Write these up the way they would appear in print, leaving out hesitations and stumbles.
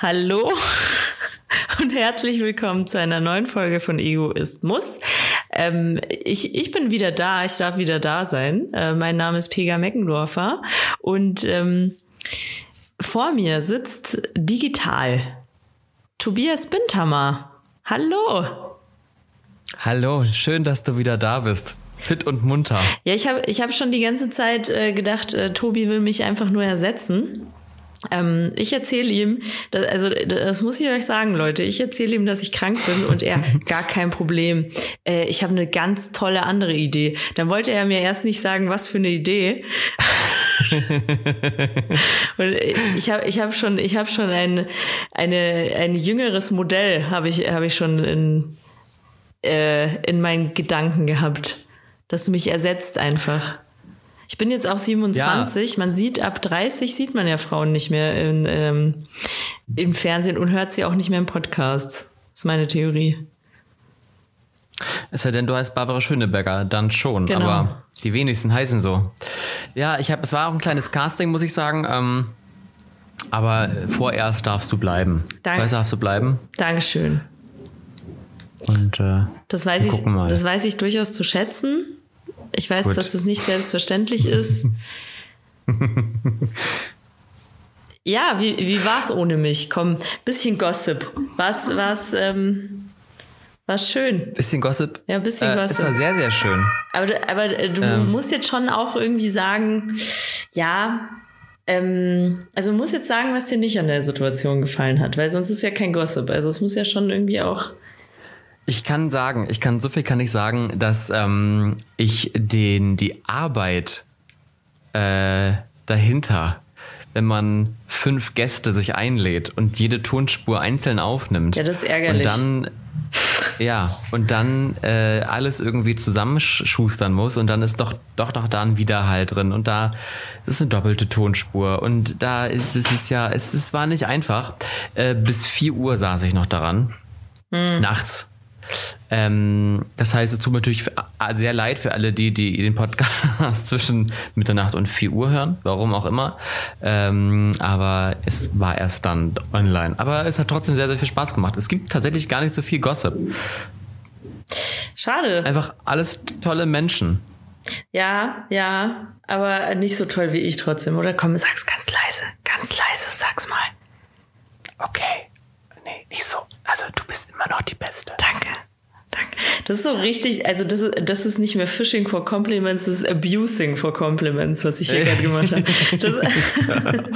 Hallo und herzlich willkommen zu einer neuen Folge von Ego ist Muss. Ich bin wieder da, ich darf wieder da sein. Mein Name ist Pega Meckendorfer und vor mir sitzt digital Tobias Bindhammer. Hallo. Hallo, schön, dass du wieder da bist. Fit und munter. Ja, ich hab schon die ganze Zeit gedacht, Tobi will mich einfach nur ersetzen. Ich erzähle ihm, das muss ich euch sagen, Leute, ich erzähle ihm, dass ich krank bin und er, gar kein Problem. Ich habe eine ganz tolle andere Idee. Dann wollte er mir erst nicht sagen, was für eine Idee. Und ich hab schon ein jüngeres Modell habe ich schon in meinen Gedanken gehabt, das mich ersetzt einfach. Ich bin jetzt auch 27. Ja. Man sieht, ab 30 sieht man ja Frauen nicht mehr im Fernsehen und hört sie auch nicht mehr im Podcast. Das ist meine Theorie. Es sei denn, du heißt Barbara Schöneberger, dann schon. Genau. Aber die wenigsten heißen so. Ja, es war auch ein kleines Casting, muss ich sagen. Aber vorerst darfst du bleiben. Danke. Vorerst darfst du bleiben. Dankeschön. Und das weiß ich durchaus zu schätzen. Ich weiß, dass das nicht selbstverständlich ist. Ja, wie war's ohne mich? Komm, bisschen Gossip. War's schön? Bisschen Gossip? Ja, bisschen Gossip. Es war sehr, sehr schön. Aber du musst jetzt schon auch irgendwie sagen, ja, also du musst jetzt sagen, was dir nicht an der Situation gefallen hat, weil sonst ist ja kein Gossip. Also es muss ja schon irgendwie auch... so viel kann ich sagen, dass ich die Arbeit dahinter, wenn man 5 Gäste sich einlädt und jede Tonspur einzeln aufnimmt. Ja, das ist ärgerlich. Und dann alles irgendwie zusammenschustern muss und dann ist doch noch da ein Widerhall drin und da ist eine doppelte Tonspur und es war nicht einfach. Bis 4 Uhr saß ich noch daran. Nachts. Das heißt, es tut mir natürlich sehr leid für alle, die den Podcast zwischen Mitternacht und 4 Uhr hören, warum auch immer. Aber es war erst dann online. Aber es hat trotzdem sehr, sehr viel Spaß gemacht. Es gibt tatsächlich gar nicht so viel Gossip. Schade. Einfach alles tolle Menschen. Ja, aber nicht so toll wie ich trotzdem, oder? Komm, sag's ganz leise, sag's mal. Okay. Nee, nicht so. Also du bist immer noch die Beste. Danke. Das ist so richtig, also das ist nicht mehr Fishing for Compliments, das ist Abusing for Compliments, was ich hier gerade gemacht habe.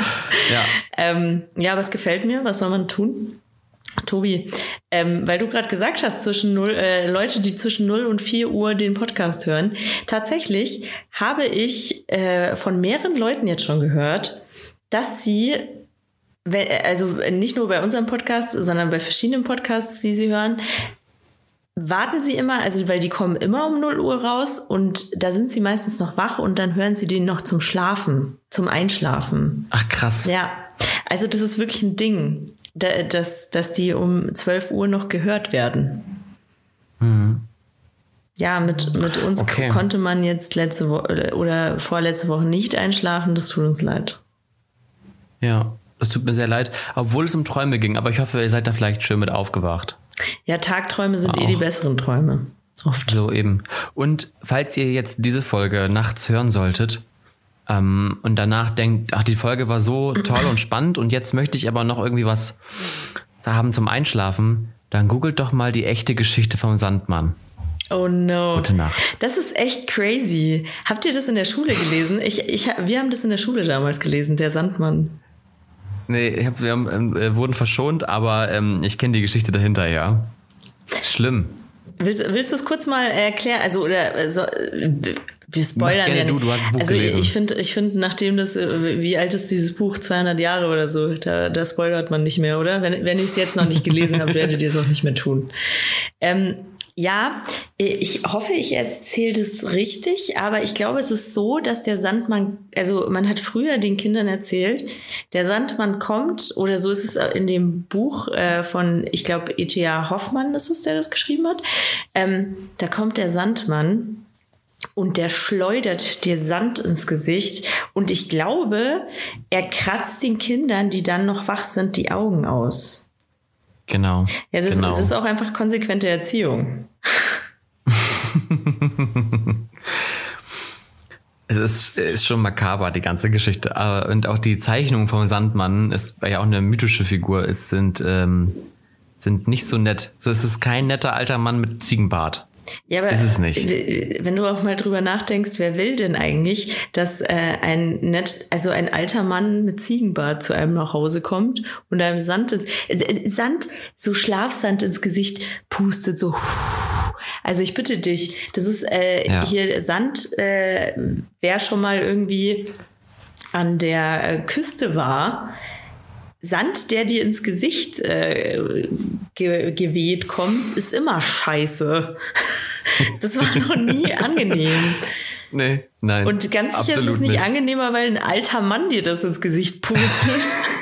Ja, aber es gefällt mir. Was soll man tun? Tobi, weil du gerade gesagt hast, Leute, die zwischen 0 und 4 Uhr den Podcast hören. Tatsächlich habe ich von mehreren Leuten jetzt schon gehört, dass sie... Also nicht nur bei unserem Podcast, sondern bei verschiedenen Podcasts, die sie hören, warten sie immer, also weil die kommen immer um 0 Uhr raus und da sind sie meistens noch wach und dann hören sie den noch zum Einschlafen. Ach krass. Ja, also das ist wirklich ein Ding, dass die um 12 Uhr noch gehört werden. Mhm. Ja, mit uns konnte man jetzt letzte Woche oder vorletzte Woche nicht einschlafen, das tut uns leid. Ja. Das tut mir sehr leid, obwohl es um Träume ging. Aber ich hoffe, ihr seid da vielleicht schön mit aufgewacht. Ja, Tagträume sind die besseren Träume. Oft. So eben. Und falls ihr jetzt diese Folge nachts hören solltet und danach denkt, ach, die Folge war so toll und spannend und jetzt möchte ich aber noch irgendwie was da haben zum Einschlafen, dann googelt doch mal die echte Geschichte vom Sandmann. Oh no. Gute Nacht. Das ist echt crazy. Habt ihr das in der Schule gelesen? Wir haben das in der Schule damals gelesen, der Sandmann. Nee, wir wurden verschont, aber ich kenne die Geschichte dahinter, ja. Schlimm. Willst du es kurz mal erklären? Also, wir spoilern gerne ja nicht. Du hast das Buch gelesen. Ich finde, nachdem wie alt ist dieses Buch? 200 Jahre oder so, da spoilert man nicht mehr, oder? Wenn ich es jetzt noch nicht gelesen habe, werdet ihr es auch nicht mehr tun. Ja, ich hoffe, ich erzähle das richtig, aber ich glaube, es ist so, dass der Sandmann, also man hat früher den Kindern erzählt, der Sandmann kommt, oder so ist es in dem Buch von, ich glaube, E.T.A. Hoffmann ist es, der das geschrieben hat, da kommt der Sandmann und der schleudert dir Sand ins Gesicht und ich glaube, er kratzt den Kindern, die dann noch wach sind, die Augen aus. Genau. Ja, das genau. ist auch einfach konsequente Erziehung. Es ist schon makaber, die ganze Geschichte. Und auch die Zeichnung vom Sandmann war ja auch eine mythische Figur. Sind nicht so nett. Es ist kein netter alter Mann mit Ziegenbart. Ja, aber ist es nicht. Wenn du auch mal drüber nachdenkst, wer will denn eigentlich, dass ein alter Mann mit Ziegenbart zu einem nach Hause kommt und einem so Schlafsand ins Gesicht pustet, so. Also ich bitte dich, das ist hier Sand, wer schon mal irgendwie an der Küste war, Sand, der dir ins Gesicht geweht kommt, ist immer scheiße. Das war noch nie angenehm. Nee, nein. Und ganz sicher ist es nicht angenehmer, weil ein alter Mann dir das ins Gesicht pustet.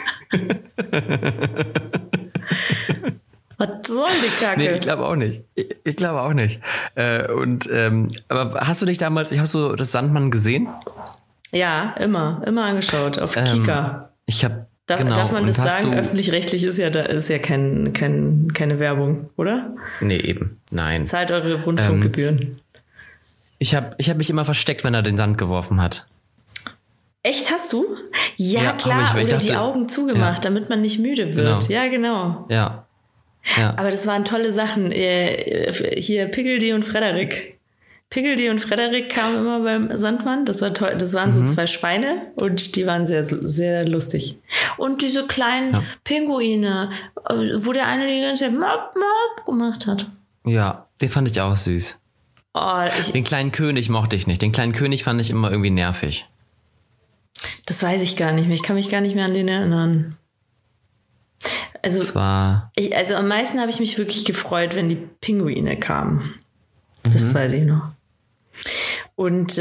Was soll die Kacke? Nee, ich glaube auch nicht. Ich glaube auch nicht. Aber hast du das Sandmann gesehen? Ja, immer angeschaut auf Kika. Darf man das sagen? Öffentlich-rechtlich ist ja keine Werbung, oder? Nee, eben. Nein. Zahlt eure Rundfunkgebühren. Ich hab mich immer versteckt, wenn er den Sand geworfen hat. Echt, hast du? Ja, klar. Oder dachte, die Augen zugemacht, damit man nicht müde wird. Genau. Ja, genau. Ja. Aber das waren tolle Sachen. Hier Piggledy und Frederik. Piggledy und Frederik kamen immer beim Sandmann. Das war toll. Das waren so zwei Schweine und die waren sehr, sehr lustig. Und diese kleinen Pinguine, wo der eine die ganze Zeit Mop, Mop gemacht hat. Ja, den fand ich auch süß. Den kleinen König mochte ich nicht. Den kleinen König fand ich immer irgendwie nervig. Das weiß ich gar nicht mehr. Ich kann mich gar nicht mehr an den erinnern. Also am meisten habe ich mich wirklich gefreut, wenn die Pinguine kamen. Das weiß ich noch. Und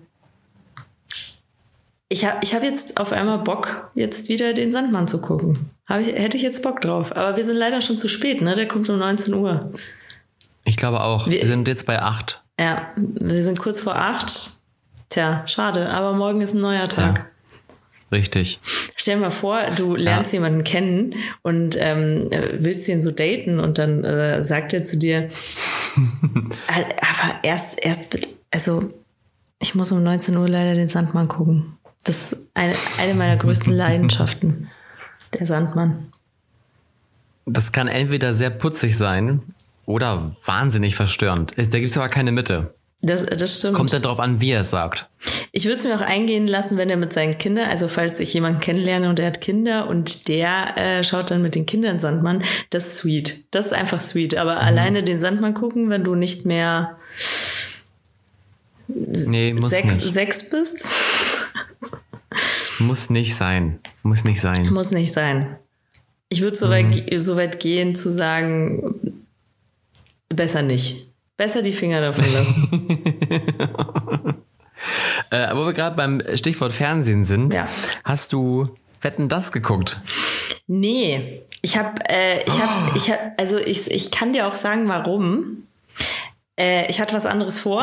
ich hab jetzt auf einmal Bock, jetzt wieder den Sandmann zu gucken. Hätte ich jetzt Bock drauf. Aber wir sind leider schon zu spät, ne? Der kommt um 19 Uhr. Ich glaube auch. Wir sind jetzt bei 8. Ja, wir sind kurz vor 8. Tja, schade. Aber morgen ist ein neuer Tag. Ja. Richtig. Stell dir mal vor, du lernst jemanden kennen und willst ihn so daten und dann sagt er zu dir, aber erst bitte, also ich muss um 19 Uhr leider den Sandmann gucken. Das ist eine meiner größten Leidenschaften, der Sandmann. Das kann entweder sehr putzig sein oder wahnsinnig verstörend. Da gibt es aber keine Mitte. Das stimmt. Kommt dann drauf an, wie er es sagt. Ich würde es mir auch eingehen lassen, wenn er mit seinen Kindern, also falls ich jemanden kennenlerne und er hat Kinder und der schaut dann mit den Kindern Sandmann, das ist sweet. Das ist einfach sweet. Aber alleine den Sandmann gucken, wenn du nicht mehr 6 bist? Muss nicht sein. Muss nicht sein. Ich würde so weit gehen zu sagen, besser nicht. Besser die Finger davon lassen. Wo wir gerade beim Stichwort Fernsehen sind, hast du Wetten, das geguckt? Nee, ich kann dir auch sagen, warum. Ich hatte was anderes vor.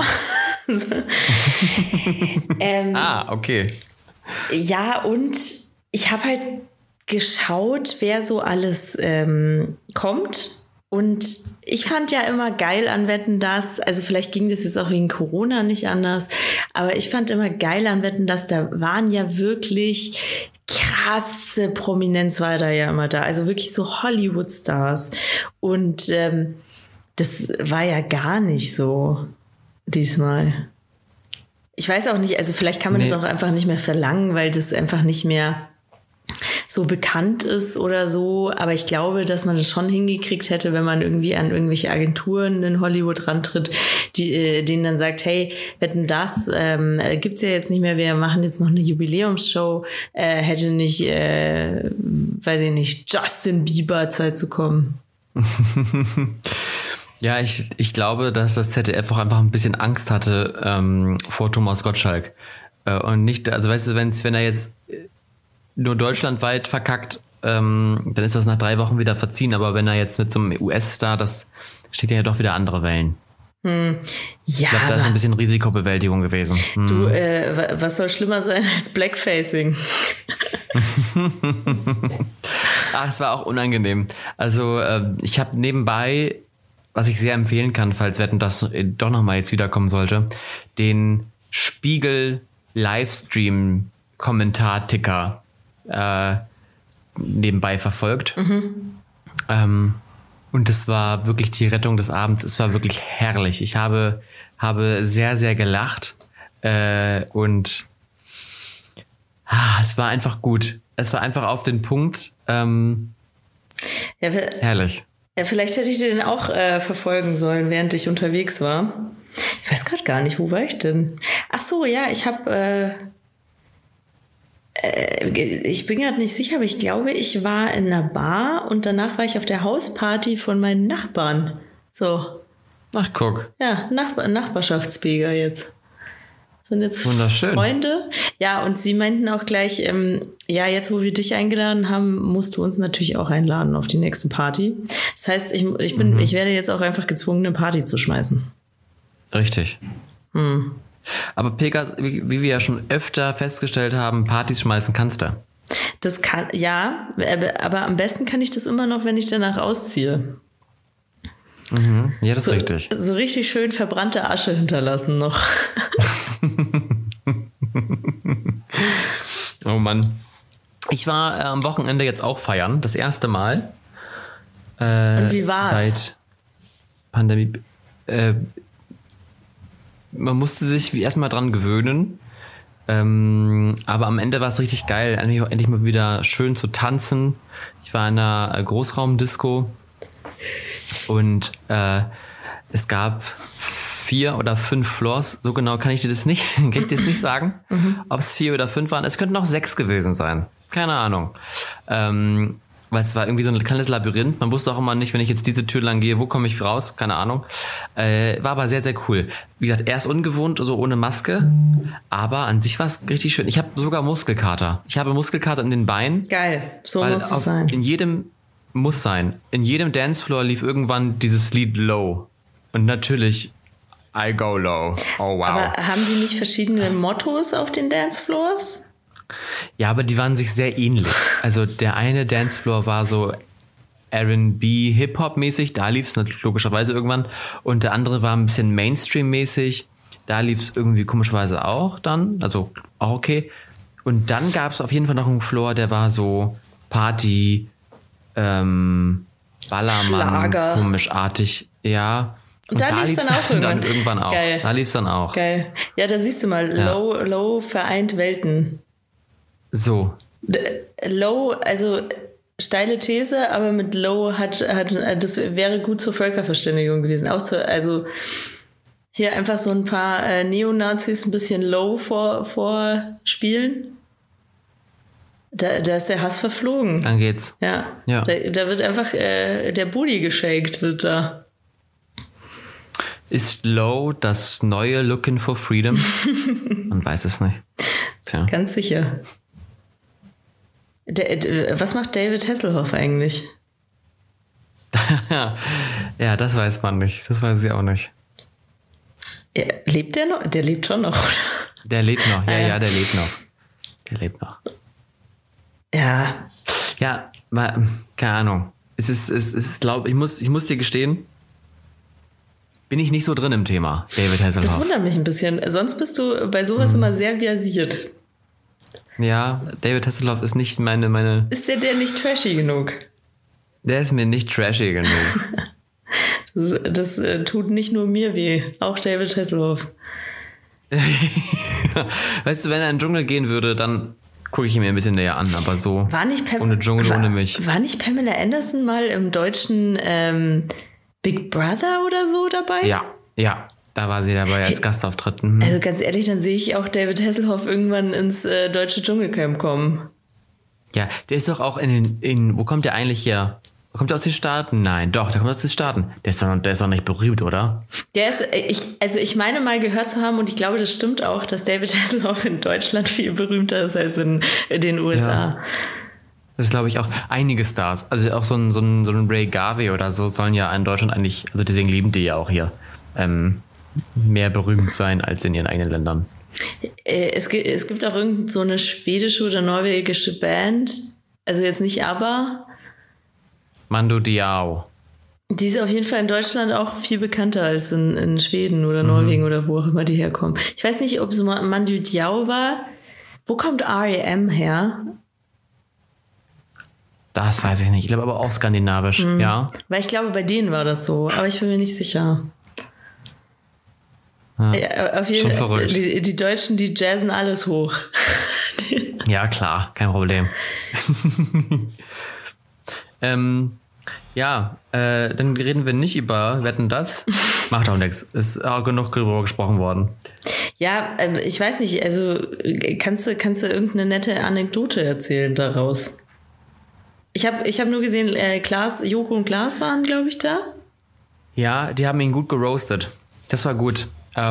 Okay. Ja, und ich habe halt geschaut, wer so alles kommt. Und ich fand ja immer geil an Wetten, dass, also vielleicht ging das jetzt auch wegen Corona nicht anders, aber ich fand immer geil an Wetten, dass da waren ja wirklich krasse Prominenz war da ja immer da. Also wirklich so Hollywood-Stars. Und das war ja gar nicht so diesmal. Ich weiß auch nicht, also vielleicht kann man das auch einfach nicht mehr verlangen, weil das einfach nicht mehr so bekannt ist oder so, aber ich glaube, dass man das schon hingekriegt hätte, wenn man irgendwie an irgendwelche Agenturen in Hollywood rantritt, denen dann sagt, hey, Wetten, das gibt's ja jetzt nicht mehr, wir machen jetzt noch eine Jubiläumsshow, hätte nicht, weiß ich nicht, Justin Bieber Zeit zu kommen. Ja, ich glaube, dass das ZDF auch einfach ein bisschen Angst hatte vor Thomas Gottschalk. Und nicht, also weißt du, wenn er jetzt nur deutschlandweit verkackt, dann ist das nach 3 Wochen wieder verziehen. Aber wenn er jetzt mit so einem US-Star, das steht ja doch wieder andere Wellen. Ja, ich glaube, da ist ein bisschen Risikobewältigung gewesen. Du, was soll schlimmer sein als Blackfacing? Es war auch unangenehm. Also ich habe nebenbei, was ich sehr empfehlen kann, falls Wetten das doch nochmal jetzt wiederkommen sollte, den Spiegel Livestream Kommentar-Ticker nebenbei verfolgt. Und es war wirklich die Rettung des Abends. Es war wirklich herrlich. Ich habe sehr, sehr gelacht. Und es war einfach gut. Es war einfach auf den Punkt. Herrlich. Ja, vielleicht hätte ich den auch verfolgen sollen, während ich unterwegs war. Ich weiß gerade gar nicht, wo war ich denn? Ach so, ja, ich bin gerade nicht sicher, aber ich glaube, ich war in einer Bar und danach war ich auf der Hausparty von meinen Nachbarn. So. Ach, guck. Ja, Nachbarschaftsbieger jetzt. Sind jetzt Freunde. Ja, und sie meinten auch gleich, jetzt, wo wir dich eingeladen haben, musst du uns natürlich auch einladen auf die nächste Party. Das heißt, ich werde jetzt auch einfach gezwungen, eine Party zu schmeißen. Richtig. Aber Pegas, wie wir ja schon öfter festgestellt haben, Partys schmeißen kannst du. Das kann, ja, aber am besten kann ich das immer noch, wenn ich danach ausziehe. Ja, das ist richtig. So richtig schön verbrannte Asche hinterlassen noch. Oh Mann. Ich war am Wochenende jetzt auch feiern, das erste Mal. Und wie war's? Seit Pandemie. Man musste sich erstmal dran gewöhnen. Aber am Ende war es richtig geil, endlich mal wieder schön zu tanzen. Ich war in einer Großraumdisco und es gab 4 oder 5 Floors. So genau kann ich dir das nicht sagen. Ob es 4 oder 5 waren. Es könnten auch 6 gewesen sein. Keine Ahnung. Weil es war irgendwie so ein kleines Labyrinth. Man wusste auch immer nicht, wenn ich jetzt diese Tür lang gehe, wo komme ich raus? Keine Ahnung. War aber sehr, sehr cool. Wie gesagt, erst ungewohnt, so ohne Maske. Aber an sich war es richtig schön. Ich habe sogar Muskelkater. Ich habe Muskelkater in den Beinen. Geil, so muss es sein. In jedem Dancefloor lief irgendwann dieses Lied Low. Und natürlich I Go Low. Oh wow. Aber haben die nicht verschiedene Mottos auf den Dancefloors? Ja, aber die waren sich sehr ähnlich. Also der eine Dancefloor war so R&B, Hip-Hop-mäßig, da lief es natürlich logischerweise irgendwann. Und der andere war ein bisschen Mainstream-mäßig, da lief es irgendwie komischerweise auch dann, also auch okay. Und dann gab es auf jeden Fall noch einen Floor, der war so Party, Ballermann, Schlager. Komischartig, ja. Und da lief es dann auch irgendwann auch. Geil. Da lief es dann auch. Geil. Ja, da siehst du mal, ja. Low vereint Welten. So. Low, also steile These, aber mit Low das wäre gut zur Völkerverständigung gewesen. Also hier einfach so ein paar Neonazis ein bisschen Low vorspielen. Da ist der Hass verflogen. Dann geht's. Ja. Da wird einfach der Booty geshakt, wird da. Ist Low das neue Looking for Freedom? Man weiß es nicht. Tja. Ganz sicher. Was macht David Hasselhoff eigentlich? Ja, das weiß man nicht. Das weiß ich auch nicht. Ja, lebt der noch? Der lebt schon noch, oder? Der lebt noch. Ja, der lebt noch. Der lebt noch. Ja. Ja, keine Ahnung. Es ist, glaube ich, muss dir gestehen, bin ich nicht so drin im Thema, David Hasselhoff. Das wundert mich ein bisschen. Sonst bist du bei sowas immer sehr versiert. Ja, David Hasselhoff ist nicht meine... Ist der nicht trashy genug? Der ist mir nicht trashy genug. Das tut nicht nur mir weh, auch David Hasselhoff. Weißt du, wenn er in den Dschungel gehen würde, dann gucke ich ihn mir ein bisschen näher an, aber so ohne Dschungel, ohne mich. War nicht Pamela Anderson mal im deutschen Big Brother oder so dabei? Ja. Da war sie dabei als Gastauftritt. Also ganz ehrlich, dann sehe ich auch David Hasselhoff irgendwann ins deutsche Dschungelcamp kommen. Ja, der ist doch auch wo kommt der eigentlich her? Kommt der aus den Staaten? Nein, doch, der kommt aus den Staaten. Der ist doch nicht berühmt, oder? Ich meine mal gehört zu haben, und ich glaube, das stimmt auch, dass David Hasselhoff in Deutschland viel berühmter ist als in den USA. Ja. Das glaube ich auch. Einige Stars, also auch so ein Ray Garvey oder so sollen ja in Deutschland eigentlich, also deswegen lieben die ja auch hier. mehr berühmt sein als in ihren eigenen Ländern. Es gibt auch irgend so eine schwedische oder norwegische Band, also jetzt nicht ABBA. Mando Diao. Die ist auf jeden Fall in Deutschland auch viel bekannter als in Schweden oder Norwegen oder wo auch immer die herkommen. Ich weiß nicht, ob es Mando Diao war. Wo kommt R.E.M. her? Das weiß ich nicht. Ich glaube aber auch skandinavisch, ja. Weil ich glaube, bei denen war das so, aber ich bin mir nicht sicher. Ja, auf jeden schon verrückt. Die Deutschen, die jazzen alles hoch. Ja, klar, kein Problem. Dann reden wir nicht über Wetten, das. Macht auch nichts. Ist auch genug darüber gesprochen worden. Ja, ich weiß nicht, also kannst du irgendeine nette Anekdote erzählen daraus? Ich hab nur gesehen, Joko und Klaas waren, glaube ich, da. Ja, die haben ihn gut geroastet. Das war gut.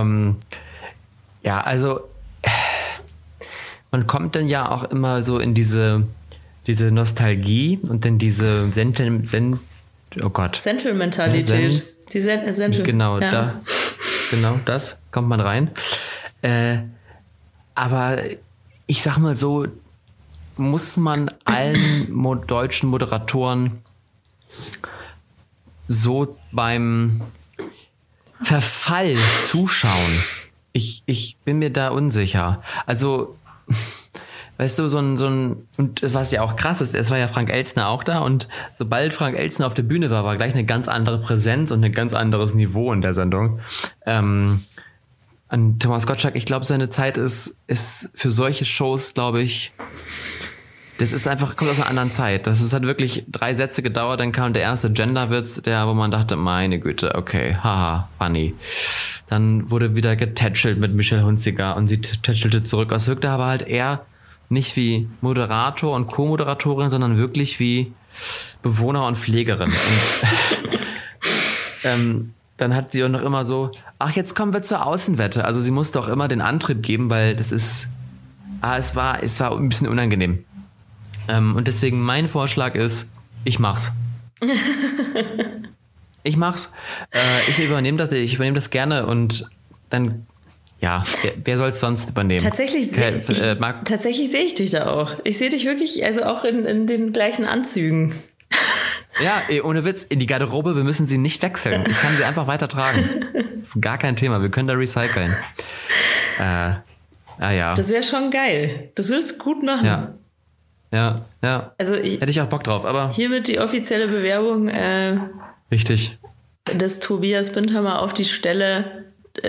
Also man kommt dann ja auch immer so in diese Nostalgie und dann diese Sentimentalität. Genau, ja. Genau, das kommt man rein. Aber ich sag mal so, muss man allen deutschen Moderatoren so beim Verfall zuschauen? Ich bin mir da unsicher. Also, weißt du, und was ja auch krass ist, es war ja Frank Elstner auch da und sobald Frank Elstner auf der Bühne war gleich eine ganz andere Präsenz und ein ganz anderes Niveau in der Sendung. An Thomas Gottschalk, ich glaube, seine Zeit ist für solche Shows, glaube ich, das ist einfach, kommt aus einer anderen Zeit. Das hat wirklich 3 Sätze gedauert, dann kam der erste Genderwitz, wo man dachte, meine Güte, okay, haha, funny. Dann wurde wieder getätschelt mit Michelle Hunziker und sie tätschelte zurück. Es wirkte aber halt eher nicht wie Moderator und Co-Moderatorin, sondern wirklich wie Bewohner und Pflegerin. Und dann hat sie auch noch immer so, ach, jetzt kommen wir zur Außenwette. Also sie musste auch immer den Antrieb geben, weil das ist, es war ein bisschen unangenehm. Und deswegen mein Vorschlag ist, ich mach's. Ich mach's. Ich übernehme das gerne und dann, ja, wer soll es sonst übernehmen? Tatsächlich sehe ich dich da auch. Ich sehe dich wirklich, also auch in den gleichen Anzügen. Ja, ohne Witz, in die Garderobe, wir müssen sie nicht wechseln. Ich kann sie einfach weiter tragen. Das ist gar kein Thema, wir können da recyceln. Ja. Das wäre schon geil. Das würdest du gut machen. Ja. Also hätte ich auch Bock drauf, aber... Hiermit die offizielle Bewerbung richtig. Des Tobias Bindhammer auf die Stelle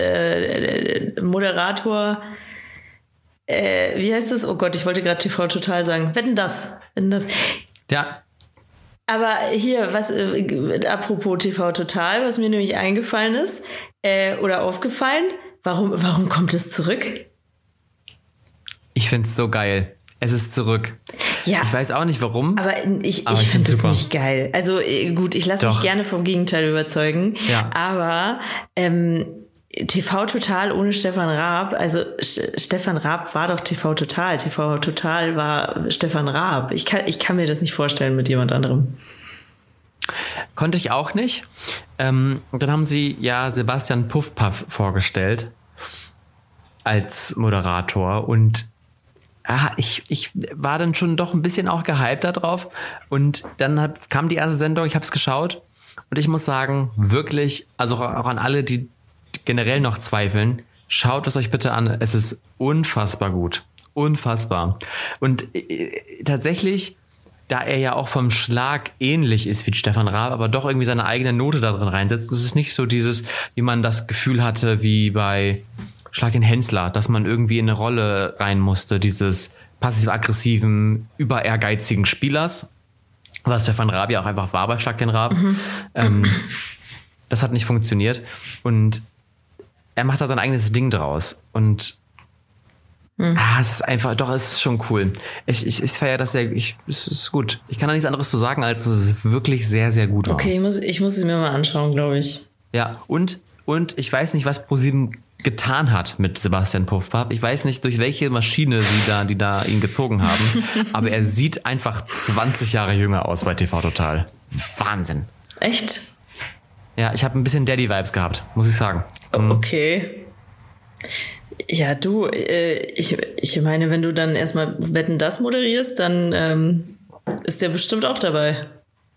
Moderator. Wie heißt das? Oh Gott, ich wollte gerade TV Total sagen. Wetten, das. Ja. Aber hier, apropos TV Total, was mir nämlich eingefallen ist, oder aufgefallen, warum kommt es zurück? Ich find's so geil. Es ist zurück. Ja. Ich weiß auch nicht warum. Aber ich finde es nicht geil. Also gut, ich lasse mich gerne vom Gegenteil überzeugen. Ja. Aber TV Total ohne Stefan Raab, also Stefan Raab war doch TV Total. TV Total war Stefan Raab. Ich kann mir das nicht vorstellen mit jemand anderem. Konnte ich auch nicht. Und dann haben sie ja Sebastian Puffpaff vorgestellt als Moderator und ich war dann schon doch ein bisschen auch gehypt da drauf und dann kam die erste Sendung, ich habe es geschaut und ich muss sagen, wirklich, also auch an alle, die generell noch zweifeln, schaut es euch bitte an, es ist unfassbar gut. Unfassbar. Und tatsächlich, da er ja auch vom Schlag ähnlich ist wie Stefan Raab, aber doch irgendwie seine eigene Note da drin reinsetzt, es ist nicht so dieses, wie man das Gefühl hatte, wie bei Schlag den Hensler, dass man irgendwie in eine Rolle rein musste, dieses passiv-aggressiven, über ehrgeizigen Spielers, was Stefan Raab ja auch einfach war bei Schlag den Raab. Das hat nicht funktioniert und er macht da sein eigenes Ding draus und es ist einfach, doch, es ist schon cool. Ich feiere das sehr, es ist gut. Ich kann da nichts anderes zu sagen, als dass es wirklich sehr, sehr gut war. Okay, ich muss es mir mal anschauen, glaube ich. Ja, und ich weiß nicht, was ProSieben getan hat mit Sebastian Puffpaff. Ich weiß nicht, durch welche Maschine die da ihn gezogen haben, aber er sieht einfach 20 Jahre jünger aus bei TV Total. Wahnsinn. Echt? Ja, ich habe ein bisschen Daddy-Vibes gehabt, muss ich sagen. Okay. Ja, du, ich meine, wenn du dann erstmal Wetten, das moderierst, dann ist der bestimmt auch dabei.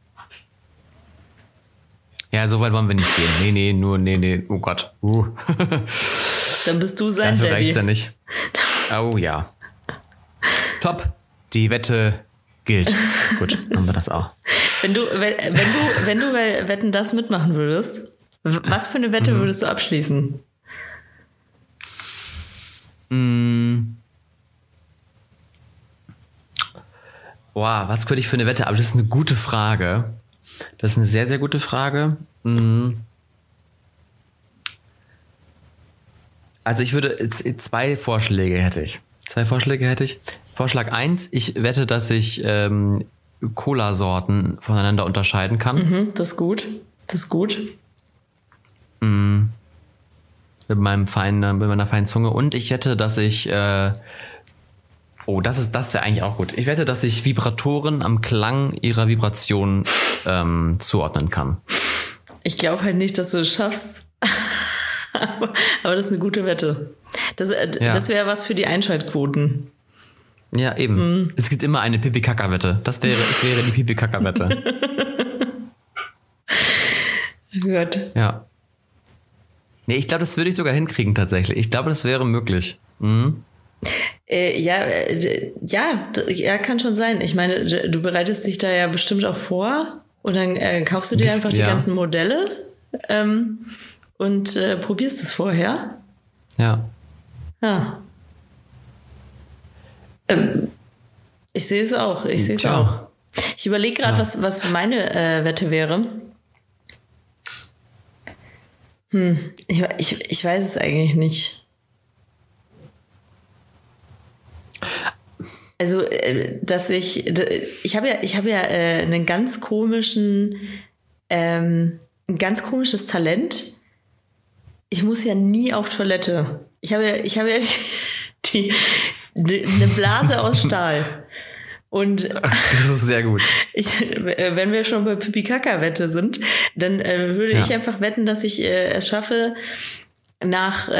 Ja, so weit wollen wir nicht gehen. Nee, oh Gott. Dann bist du sein Dafür Daddy. reicht's ja nicht. Oh ja. Top. Die Wette gilt. Gut, haben wir das auch. Wenn du Wetten, das mitmachen würdest, was für eine Wette würdest du abschließen? Boah, was könnte ich für eine Wette? Aber das ist eine gute Frage. Das ist eine sehr, sehr gute Frage. Also ich würde, zwei Vorschläge hätte ich. Vorschlag 1, ich wette, dass ich Cola-Sorten voneinander unterscheiden kann. Das ist gut. Mit meiner feinen Zunge. Und ich wette, dass ich das wäre eigentlich auch gut. Ich wette, dass ich Vibratoren am Klang ihrer Vibration zuordnen kann. Ich glaube halt nicht, dass du es schaffst. aber das ist eine gute Wette. Das wäre was für die Einschaltquoten. Ja, eben. Es gibt immer eine Pipi-Kaka-Wette. Ich wäre die Pipi-Kaka-Wette. Gut. Ja. Nee, ich glaube, das würde ich sogar hinkriegen tatsächlich. Ich glaube, das wäre möglich. Ja, kann schon sein. Ich meine, du bereitest dich da ja bestimmt auch vor und dann kaufst du dir einfach die ganzen Modelle und probierst es vorher. Ja. Ja. Ich sehe es auch. Ich überlege gerade, was meine Wette wäre. Ich weiß es eigentlich nicht. Also, dass ich habe ja einen ganz komischen, ein ganz komisches Talent. Ich muss ja nie auf Toilette. Ich habe ja eine Blase aus Stahl. Und das ist sehr gut. Wenn wir schon bei Pipi-Kaka-Wette sind, dann würde ich einfach wetten, dass ich es schaffe, nach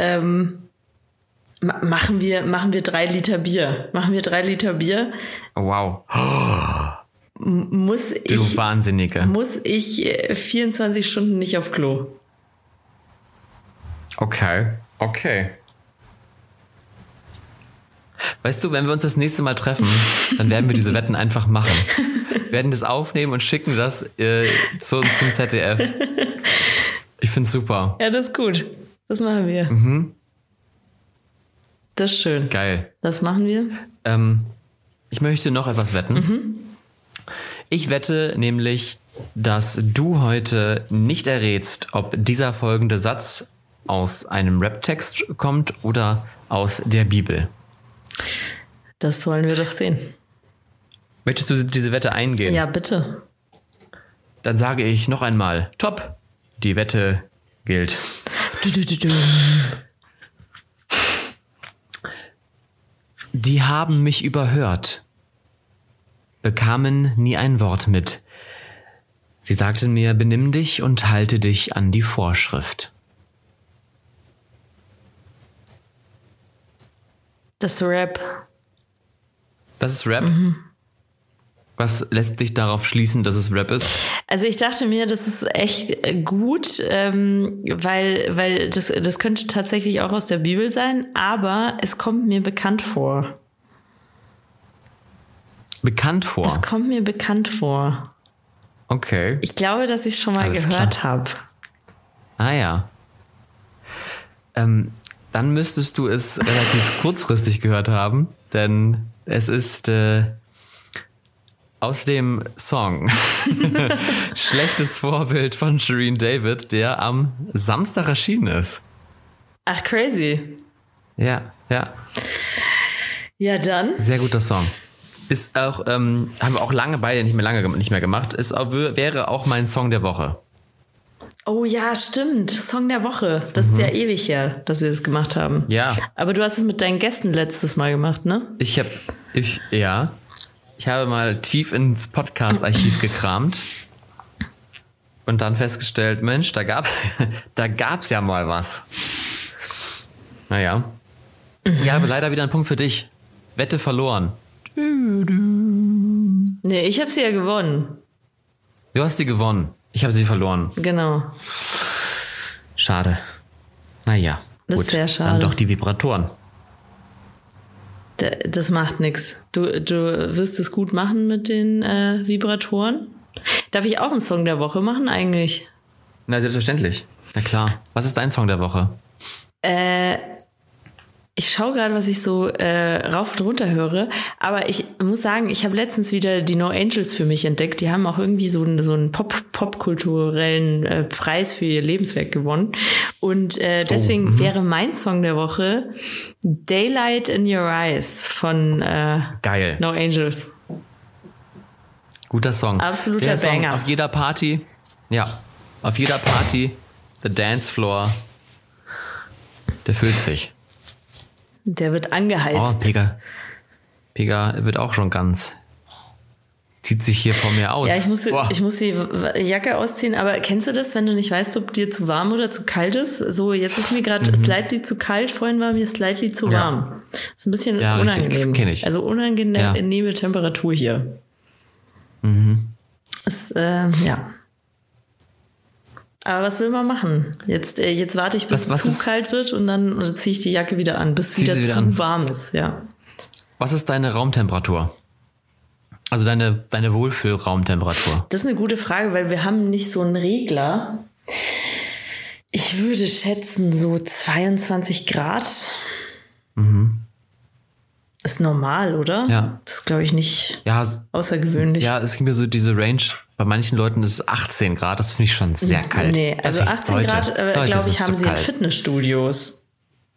machen wir 3 Liter Bier. Oh, wow. Muss ich 24 Stunden nicht auf Klo. Okay. Weißt du, wenn wir uns das nächste Mal treffen, dann werden wir diese Wetten einfach machen. Wir werden das aufnehmen und schicken das zum ZDF. Ich find's super. Ja, das ist gut. Das machen wir. Das ist schön. Geil. Das machen wir. Ich möchte noch etwas wetten. Ich wette nämlich, dass du heute nicht errätst, ob dieser folgende Satz aus einem Rap-Text kommt oder aus der Bibel. Das wollen wir doch sehen. Möchtest du diese Wette eingehen? Ja, bitte. Dann sage ich noch einmal, top, die Wette gilt. Die haben mich überhört, bekamen nie ein Wort mit. Sie sagten mir, benimm dich und halte dich an die Vorschrift. Das ist Rap. Das ist Rap? Was lässt dich darauf schließen, dass es Rap ist? Also ich dachte mir, das ist echt gut, weil das könnte tatsächlich auch aus der Bibel sein, aber es kommt mir bekannt vor. Bekannt vor? Es kommt mir bekannt vor. Okay. Ich glaube, dass ich es schon mal gehört habe. Ah ja. Dann müsstest du es relativ kurzfristig gehört haben, denn es ist aus dem Song Schlechtes Vorbild von Shirin David, der am Samstag erschienen ist. Ach, crazy. Ja. Ja, dann. Sehr guter Song. Ist auch, haben wir auch lange beide nicht mehr gemacht, wäre auch mein Song der Woche. Oh ja, stimmt. Song der Woche. Das ist ja ewig her, dass wir das gemacht haben. Ja. Aber du hast es mit deinen Gästen letztes Mal gemacht, ne? Ich habe mal tief ins Podcast-Archiv gekramt und dann festgestellt, Mensch, da gab's ja mal was. Naja. Ja, aber leider wieder ein Punkt für dich. Wette verloren. Nee, ich habe sie ja gewonnen. Du hast sie gewonnen. Ich habe sie verloren. Genau. Schade. Naja. Das ist sehr schade. Dann doch die Vibratoren. Das macht nichts. Du wirst es gut machen mit den Vibratoren. Darf ich auch einen Song der Woche machen eigentlich? Na, selbstverständlich. Na klar. Was ist dein Song der Woche? Ich schaue gerade, was ich so rauf und runter höre, aber ich muss sagen, ich habe letztens wieder die No Angels für mich entdeckt. Die haben auch irgendwie so einen popkulturellen Preis für ihr Lebenswerk gewonnen. Und deswegen wäre mein Song der Woche Daylight in Your Eyes von Geil. No Angels. Guter Song. Absoluter Der Song Banger. Auf jeder Party, the Dance Floor, der füllt sich. Der wird angeheizt. Oh, Pega wird auch schon ganz. Zieht sich hier vor mir aus. Ja, ich muss die Jacke ausziehen, aber kennst du das, wenn du nicht weißt, ob dir zu warm oder zu kalt ist? So, jetzt ist mir gerade slightly zu kalt, vorhin war mir slightly zu warm. Das ist ein bisschen unangenehm. Kenn ich. Also unangenehme Temperatur hier. Ist, ja. Aber was will man machen? Jetzt warte ich, bis es zu kalt wird und dann ziehe ich die Jacke wieder an, bis es wieder zu warm ist, ja. Was ist deine Raumtemperatur? Also deine Wohlfühlraumtemperatur? Das ist eine gute Frage, weil wir haben nicht so einen Regler. Ich würde schätzen so 22 Grad. Ist normal, oder? Ja. Das ist, glaube ich, nicht außergewöhnlich. Ja, es gibt mir so diese Range. Bei manchen Leuten ist es 18 Grad. Das finde ich schon sehr kalt. Nee, also 18 Grad, glaube ich, haben sie in Fitnessstudios.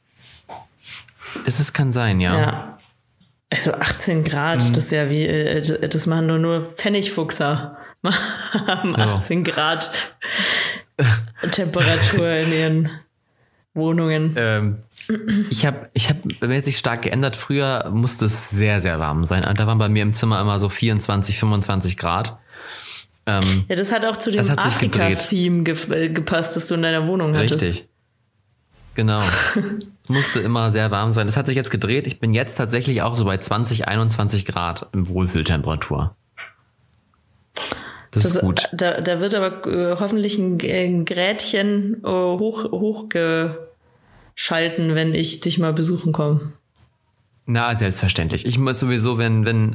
Das kann sein, ja. Ja. Also 18 Grad, das ist ja wie, das machen nur Pfennigfuchser. Haben 18 Grad Temperatur in ihren Wohnungen. Ich hab mir sich stark geändert. Früher musste es sehr, sehr warm sein. Da waren bei mir im Zimmer immer so 24, 25 Grad. Ja, das hat auch zu dem Afrika-Theme gepasst, das du in deiner Wohnung hattest. Richtig. Genau. Es musste immer sehr warm sein. Das hat sich jetzt gedreht. Ich bin jetzt tatsächlich auch so bei 20, 21 Grad im Wohlfühltemperatur. Das ist gut. Da wird aber hoffentlich ein Grätchen hochgeschalten, wenn ich dich mal besuchen komme. Na, selbstverständlich. Ich muss sowieso, wenn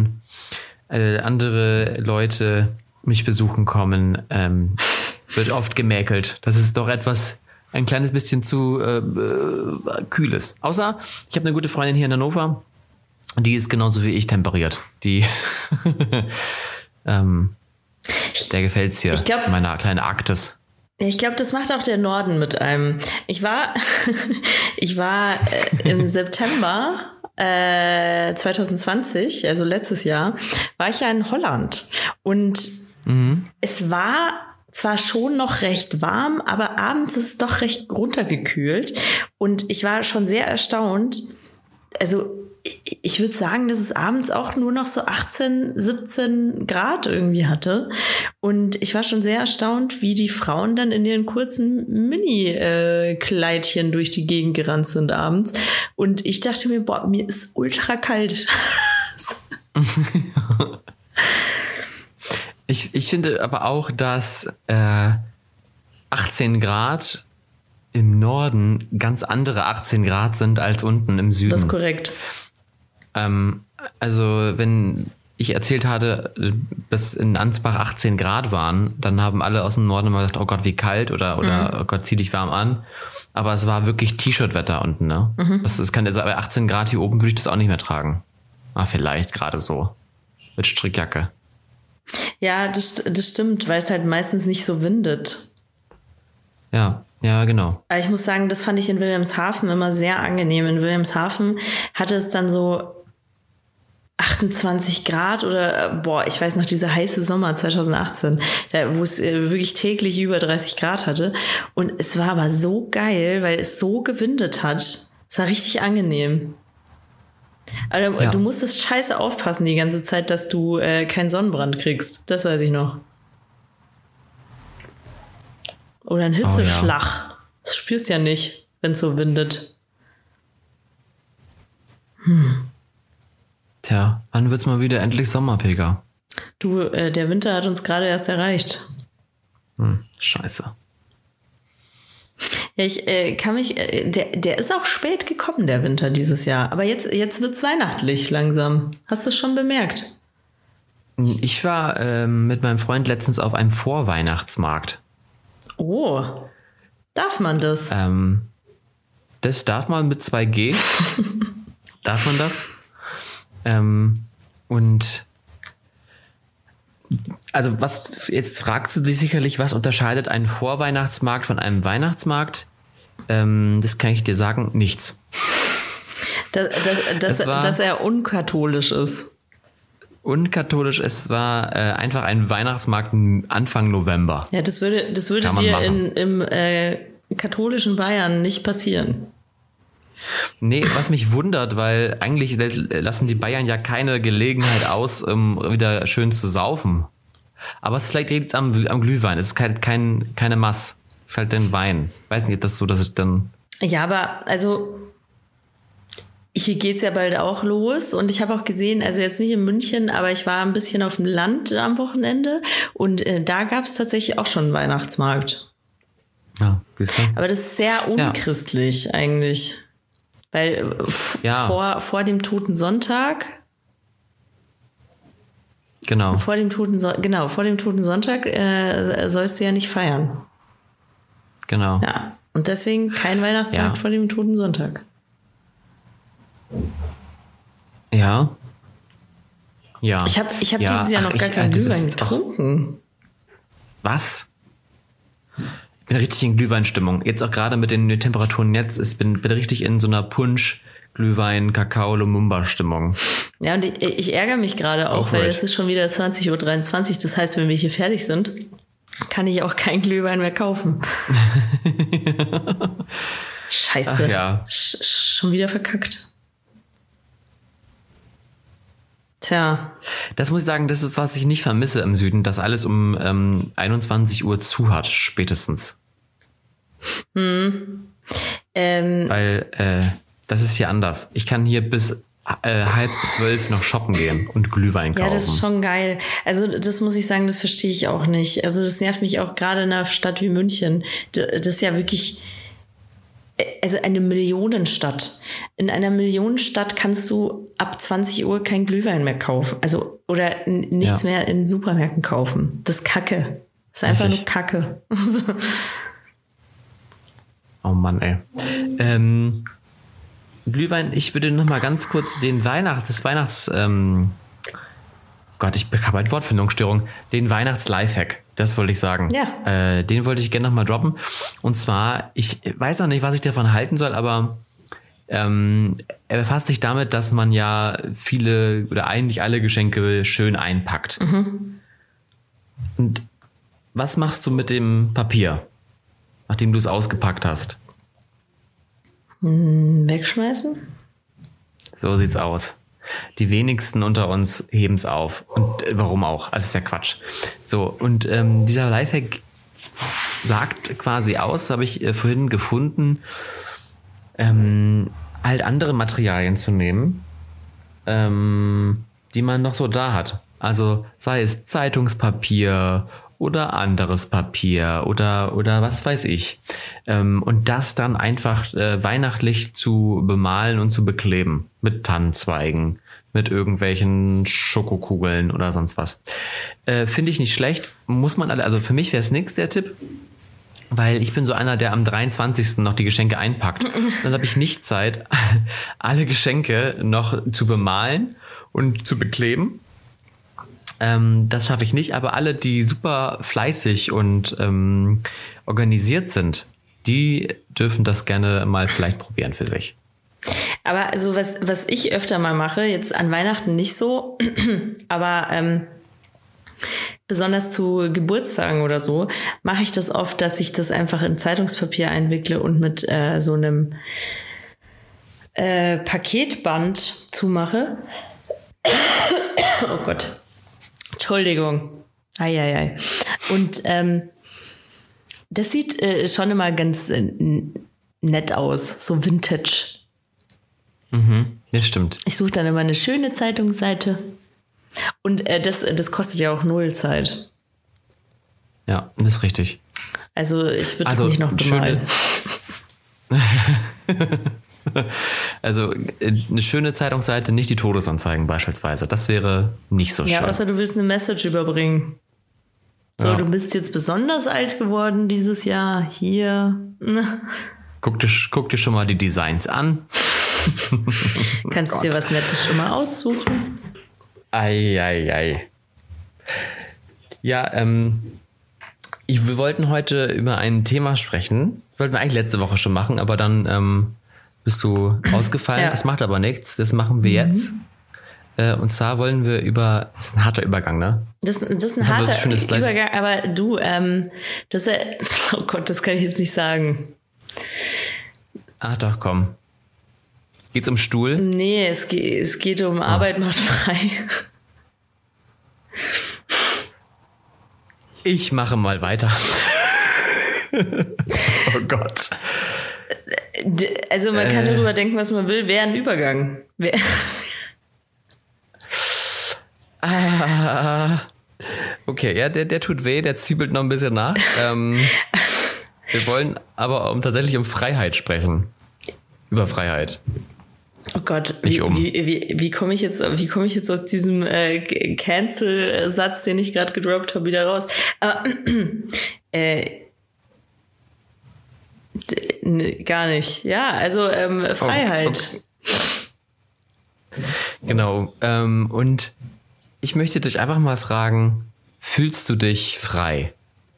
andere Leute mich besuchen kommen, wird oft gemäkelt. Das ist doch ein kleines bisschen zu Kühles. Außer, ich habe eine gute Freundin hier in Hannover, die ist genauso wie ich temperiert. Die der gefällt's hier, meiner kleinen Arktis. Ich glaube, das macht auch der Norden mit einem. Ich war im September 2020, also letztes Jahr, war ich ja in Holland. Und es war zwar schon noch recht warm, aber abends ist es doch recht runtergekühlt. Und ich war schon sehr erstaunt. Also ich würde sagen, dass es abends auch nur noch so 18, 17 Grad irgendwie hatte. Und ich war schon sehr erstaunt, wie die Frauen dann in ihren kurzen Mini-Kleidchen durch die Gegend gerannt sind abends. Und ich dachte mir, boah, mir ist ultra kalt. Ich finde aber auch, dass 18 Grad im Norden ganz andere 18 Grad sind als unten im Süden. Das ist korrekt. Also wenn ich erzählt hatte, dass in Ansbach 18 Grad waren, dann haben alle aus dem Norden immer gesagt, oh Gott, wie kalt oder oh Gott, zieh dich warm an. Aber es war wirklich T-Shirt-Wetter unten, ne? Das kann also bei 18 Grad hier oben würde ich das auch nicht mehr tragen. Vielleicht gerade so. Mit Strickjacke. Ja, das stimmt, weil es halt meistens nicht so windet. Ja, genau. Aber ich muss sagen, das fand ich in Wilhelmshaven immer sehr angenehm. In Wilhelmshaven hatte es dann so 28 Grad oder, ich weiß noch, dieser heiße Sommer 2018, wo es wirklich täglich über 30 Grad hatte. Und es war aber so geil, weil es so gewindet hat. Es war richtig angenehm. Aber du musstest scheiße aufpassen die ganze Zeit, dass du keinen Sonnenbrand kriegst. Das weiß ich noch. Oder ein Hitzeschlag. Das spürst du ja nicht, wenn es so windet. Tja, wann wird's mal wieder endlich Sommer, Pega? Du, der Winter hat uns gerade erst erreicht. Scheiße. Ja, ich kann mich, der ist auch spät gekommen, der Winter dieses Jahr. Aber jetzt wird's weihnachtlich langsam. Hast du es schon bemerkt? Ich war mit meinem Freund letztens auf einem Vorweihnachtsmarkt. Oh, darf man das? Das darf man mit 2G. Darf man das? Und also jetzt fragst du dich sicherlich, was unterscheidet einen Vorweihnachtsmarkt von einem Weihnachtsmarkt? Das kann ich dir sagen, nichts. Dass er unkatholisch ist. Unkatholisch, es war einfach ein Weihnachtsmarkt Anfang November. Ja, das würde dir im katholischen Bayern nicht passieren. Nee, was mich wundert, weil eigentlich lassen die Bayern ja keine Gelegenheit aus, wieder schön zu saufen. Aber es ist vielleicht jetzt am Glühwein. Es ist keine Mass. Es ist halt den Wein. Weiß nicht, ob das so, dass es dann... Ja, aber also hier geht's ja bald auch los. Und ich habe auch gesehen, also jetzt nicht in München, aber ich war ein bisschen auf dem Land am Wochenende. Und da gab es tatsächlich auch schon einen Weihnachtsmarkt. Ja, aber das ist sehr unchristlich eigentlich. Weil vor dem Toten Sonntag. Genau. Vor dem Toten Sonntag sollst du ja nicht feiern. Genau. Ja. Und deswegen kein Weihnachtsmarkt vor dem Toten Sonntag. Ja. Ja. Ich hab dieses Jahr noch gar keinen Glühwein getrunken. Was? Ich bin richtig in Glühweinstimmung. Jetzt auch gerade mit den Temperaturen jetzt. Ich bin richtig in so einer Punsch, Glühwein, Kakao, Lumumba-Stimmung. Ja, und ich ärgere mich gerade auch, weil es ist schon wieder 20:23 Uhr. Das heißt, wenn wir hier fertig sind, kann ich auch keinen Glühwein mehr kaufen. Scheiße. Ach ja. Schon wieder verkackt. Tja. Das muss ich sagen, das ist, was ich nicht vermisse im Süden, dass alles um 21 Uhr zu hat, spätestens. Weil das ist hier anders. Ich kann hier bis 11:30 noch shoppen gehen und Glühwein kaufen. Ja, das ist schon geil. Also das muss ich sagen, das verstehe ich auch nicht. Also das nervt mich auch gerade in einer Stadt wie München. Das ist ja wirklich... Also eine Millionenstadt. In einer Millionenstadt kannst du ab 20 Uhr kein Glühwein mehr kaufen. Also, oder nichts mehr in Supermärkten kaufen. Das ist Kacke. Das ist einfach nur Kacke. Oh Mann, ey. Glühwein, ich würde noch mal ganz kurz Gott, ich habe eine Wortfindungsstörung. Den Weihnachts-Lifehack, das wollte ich sagen. Ja. Den wollte ich gerne noch mal droppen. Und zwar, ich weiß noch nicht, was ich davon halten soll, aber er befasst sich damit, dass man ja viele oder eigentlich alle Geschenke schön einpackt. Mhm. Und was machst du mit dem Papier, nachdem du es ausgepackt hast? Wegschmeißen? So sieht's aus. Die wenigsten unter uns heben es auf. Und warum auch? Also ist ja Quatsch. So, und dieser Lifehack sagt quasi aus, habe ich vorhin gefunden, halt andere Materialien zu nehmen, die man noch so da hat. Also sei es Zeitungspapier oder anderes Papier oder was weiß ich. Und das dann einfach weihnachtlich zu bemalen und zu bekleben. Mit Tannenzweigen, mit irgendwelchen Schokokugeln oder sonst was. Finde ich nicht schlecht. Muss man also für mich wäre es nix, der Tipp. Weil ich bin so einer, der am 23. noch die Geschenke einpackt. Dann habe ich nicht Zeit, alle Geschenke noch zu bemalen und zu bekleben. Das schaffe ich nicht, aber alle, die super fleißig und organisiert sind, die dürfen das gerne mal vielleicht probieren für sich. Aber also was ich öfter mal mache, jetzt an Weihnachten nicht so, aber besonders zu Geburtstagen oder so, mache ich das oft, dass ich das einfach in Zeitungspapier einwickle und mit so einem Paketband zumache. Oh Gott. Entschuldigung. Eieiei. Und Das sieht schon immer ganz nett aus, so Vintage. Das stimmt. Ich suche dann immer eine schöne Zeitungsseite. Und das kostet ja auch 0 Zeit. Ja, das ist richtig. Also ich würde das nicht noch bemalen. Also eine schöne Zeitungsseite, nicht die Todesanzeigen beispielsweise. Das wäre nicht so schön. Ja, außer du willst eine Message überbringen. So, du bist jetzt besonders alt geworden dieses Jahr. Hier. Guck dir schon mal die Designs an. Kannst dir was Nettes schon mal aussuchen. Ei. Ja, wir wollten heute über ein Thema sprechen. Das wollten wir eigentlich letzte Woche schon machen, aber dann bist du ausgefallen. Ja. Das macht aber nichts. Das machen wir jetzt. Und zwar wollen wir das ist ein harter Übergang, ne? Das ist ein harter Übergang, aber du, oh Gott, das kann ich jetzt nicht sagen. Ach doch, komm. Geht's um Stuhl? Nee, es geht um Arbeit macht frei. Ich mache mal weiter. Oh Gott. Also man kann darüber denken, was man will. Wäre ein Übergang. Okay, ja, der tut weh, der zwiebelt noch ein bisschen nach. Wir wollen aber tatsächlich um Freiheit sprechen. Über Freiheit. Oh Gott, wie komme ich jetzt aus diesem Cancel-Satz, den ich gerade gedroppt habe, wieder raus? Gar nicht. Ja, also Freiheit. Okay. Genau. Und ich möchte dich einfach mal fragen, fühlst du dich frei?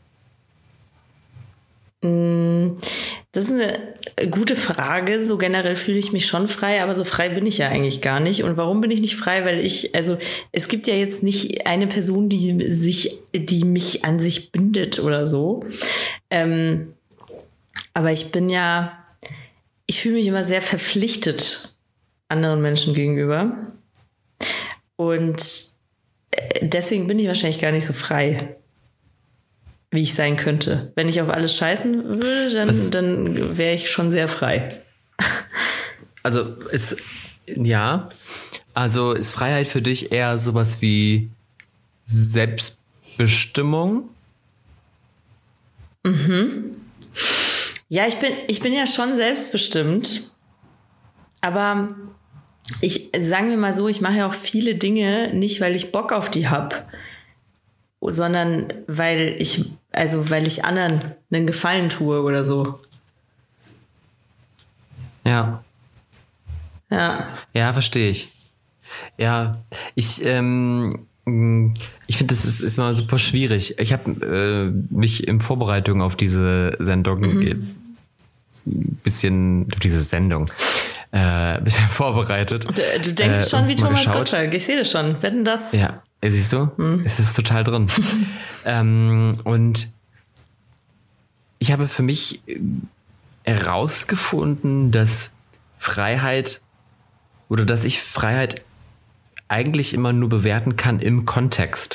Das ist eine gute Frage. So generell fühle ich mich schon frei, aber so frei bin ich ja eigentlich gar nicht. Und warum bin ich nicht frei? Weil es gibt ja jetzt nicht eine Person, die mich an sich bindet oder so. Aber ich fühle mich immer sehr verpflichtet anderen Menschen gegenüber. Und deswegen bin ich wahrscheinlich gar nicht so frei, wie ich sein könnte. Wenn ich auf alles scheißen würde, dann wäre ich schon sehr frei. Also ist Freiheit für dich eher sowas wie Selbstbestimmung? Ja, ich bin ja schon selbstbestimmt, aber sagen wir mal so, ich mache ja auch viele Dinge nicht, weil ich Bock auf die habe, sondern weil ich anderen einen Gefallen tue oder so. Ja. Ja, verstehe ich. Ja, ich finde, das ist mal super schwierig. Ich habe mich in Vorbereitung auf diese Sendung ein bisschen vorbereitet. Du denkst schon wie Thomas Gottschalk, ich sehe das schon. Wetten das? Ja, siehst du? Es ist total drin. Und ich habe für mich herausgefunden, dass ich Freiheit eigentlich immer nur bewerten kann im Kontext.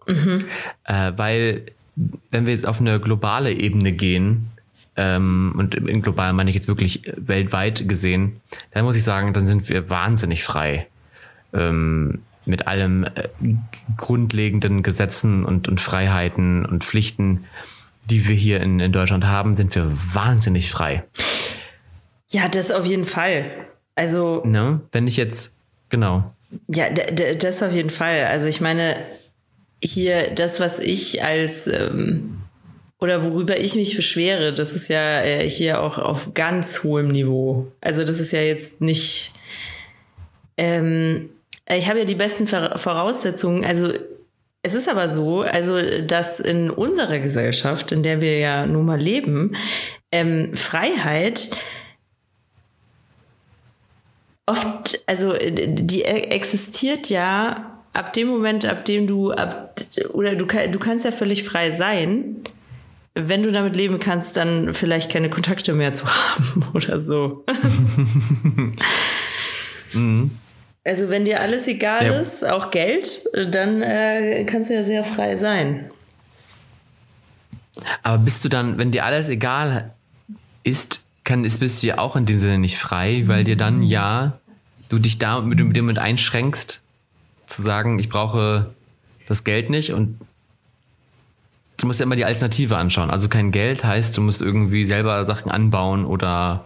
Weil, wenn wir jetzt auf eine globale Ebene gehen, und in global meine ich jetzt wirklich weltweit gesehen, dann muss ich sagen, dann sind wir wahnsinnig frei. Mit allem grundlegenden Gesetzen und Freiheiten und Pflichten, die wir hier in Deutschland haben, sind wir wahnsinnig frei. Ja, das auf jeden Fall. Also. Ne? Wenn ich jetzt, genau. Ja, das auf jeden Fall. Also ich meine, hier das, was ich oder worüber ich mich beschwere, das ist ja hier auch auf ganz hohem Niveau. Also das ist ja jetzt nicht, ich habe ja die besten Voraussetzungen. Also es ist aber so, also dass in unserer Gesellschaft, in der wir ja nun mal leben, Freiheit oft, also die existiert ja ab dem Moment, ab dem du kannst ja völlig frei sein, wenn du damit leben kannst, dann vielleicht keine Kontakte mehr zu haben oder so. Also wenn dir alles egal ist, auch Geld, dann kannst du ja sehr frei sein. Aber bist du dann, wenn dir alles egal ist, bist du ja auch in dem Sinne nicht frei, weil dir dann du dich da mit einschränkst, zu sagen, ich brauche das Geld nicht, und du musst ja immer die Alternative anschauen. Also kein Geld heißt, du musst irgendwie selber Sachen anbauen oder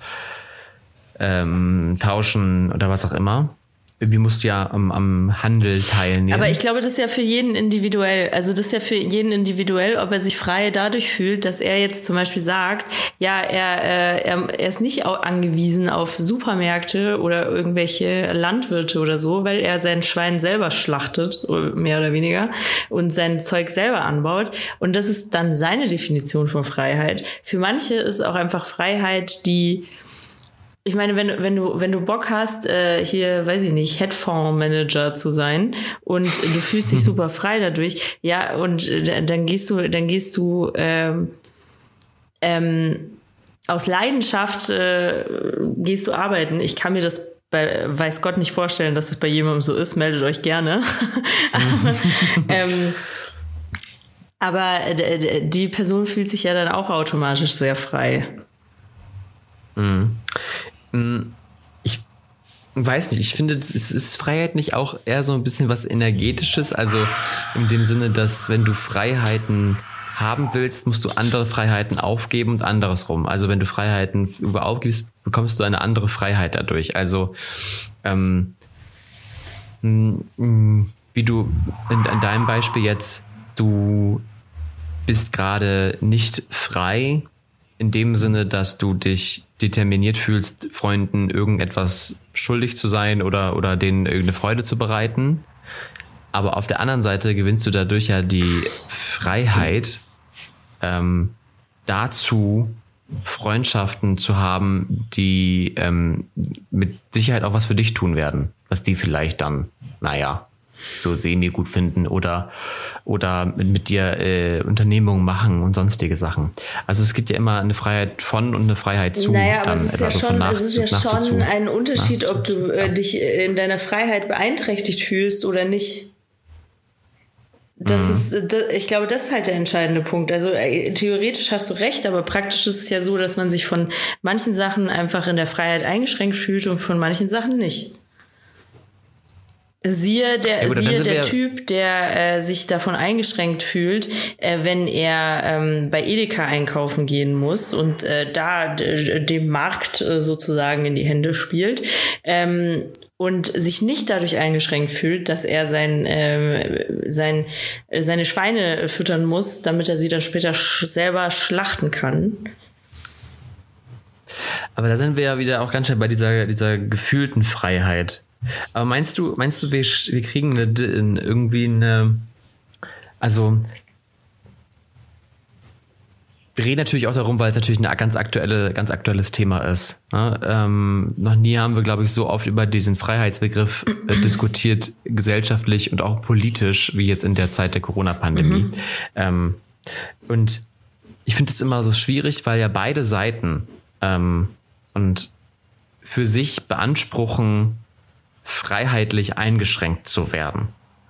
tauschen oder was auch immer. Irgendwie musst du ja am Handel teilnehmen. Aber ich glaube, das ist ja für jeden individuell. Also das ist ja für jeden individuell, ob er sich frei dadurch fühlt, dass er jetzt zum Beispiel sagt, ja, er ist nicht angewiesen auf Supermärkte oder irgendwelche Landwirte oder so, weil er sein Schwein selber schlachtet, mehr oder weniger, und sein Zeug selber anbaut. Und das ist dann seine Definition von Freiheit. Für manche ist auch einfach Freiheit, ich meine, wenn du Bock hast, hier, weiß ich nicht, Hedgefondsmanager zu sein und du fühlst dich super frei dadurch, ja, und dann gehst du aus Leidenschaft gehst du arbeiten. Ich kann mir das weiß Gott nicht vorstellen, dass es bei jemandem so ist. Meldet euch gerne. Aber die Person fühlt sich ja dann auch automatisch sehr frei. Ich weiß nicht, ich finde, ist Freiheit nicht auch eher so ein bisschen was Energetisches? Also in dem Sinne, dass wenn du Freiheiten haben willst, musst du andere Freiheiten aufgeben und anderes rum. Also wenn du Freiheiten aufgibst, bekommst du eine andere Freiheit dadurch. Also wie du in deinem Beispiel jetzt, du bist gerade nicht frei, in dem Sinne, dass du dich determiniert fühlst, Freunden irgendetwas schuldig zu sein oder denen irgendeine Freude zu bereiten. Aber auf der anderen Seite gewinnst du dadurch ja die Freiheit, dazu Freundschaften zu haben, die mit Sicherheit auch was für dich tun werden, was die vielleicht dann, so semi gut finden oder mit dir Unternehmungen machen und sonstige Sachen. Also es gibt ja immer eine Freiheit von und eine Freiheit zu. Aber es ist ja schon ein Unterschied, ob du dich in deiner Freiheit beeinträchtigt fühlst oder nicht. Ich glaube, das ist halt der entscheidende Punkt. Also theoretisch hast du recht, aber praktisch ist es ja so, dass man sich von manchen Sachen einfach in der Freiheit eingeschränkt fühlt und von manchen Sachen nicht. Siehe der Typ, der sich davon eingeschränkt fühlt, wenn er bei Edeka einkaufen gehen muss und da dem Markt sozusagen in die Hände spielt und sich nicht dadurch eingeschränkt fühlt, dass er seine Schweine füttern muss, damit er sie dann später selber schlachten kann. Aber da sind wir ja wieder auch ganz schnell bei dieser gefühlten Freiheit. Aber meinst du, wir kriegen also wir reden natürlich auch darum, weil es natürlich ein ganz aktuelles Thema ist. Ne? Noch nie haben wir, glaube ich, so oft über diesen Freiheitsbegriff diskutiert, gesellschaftlich und auch politisch, wie jetzt in der Zeit der Corona-Pandemie. Und ich finde es immer so schwierig, weil ja beide Seiten und für sich beanspruchen, freiheitlich eingeschränkt zu werden.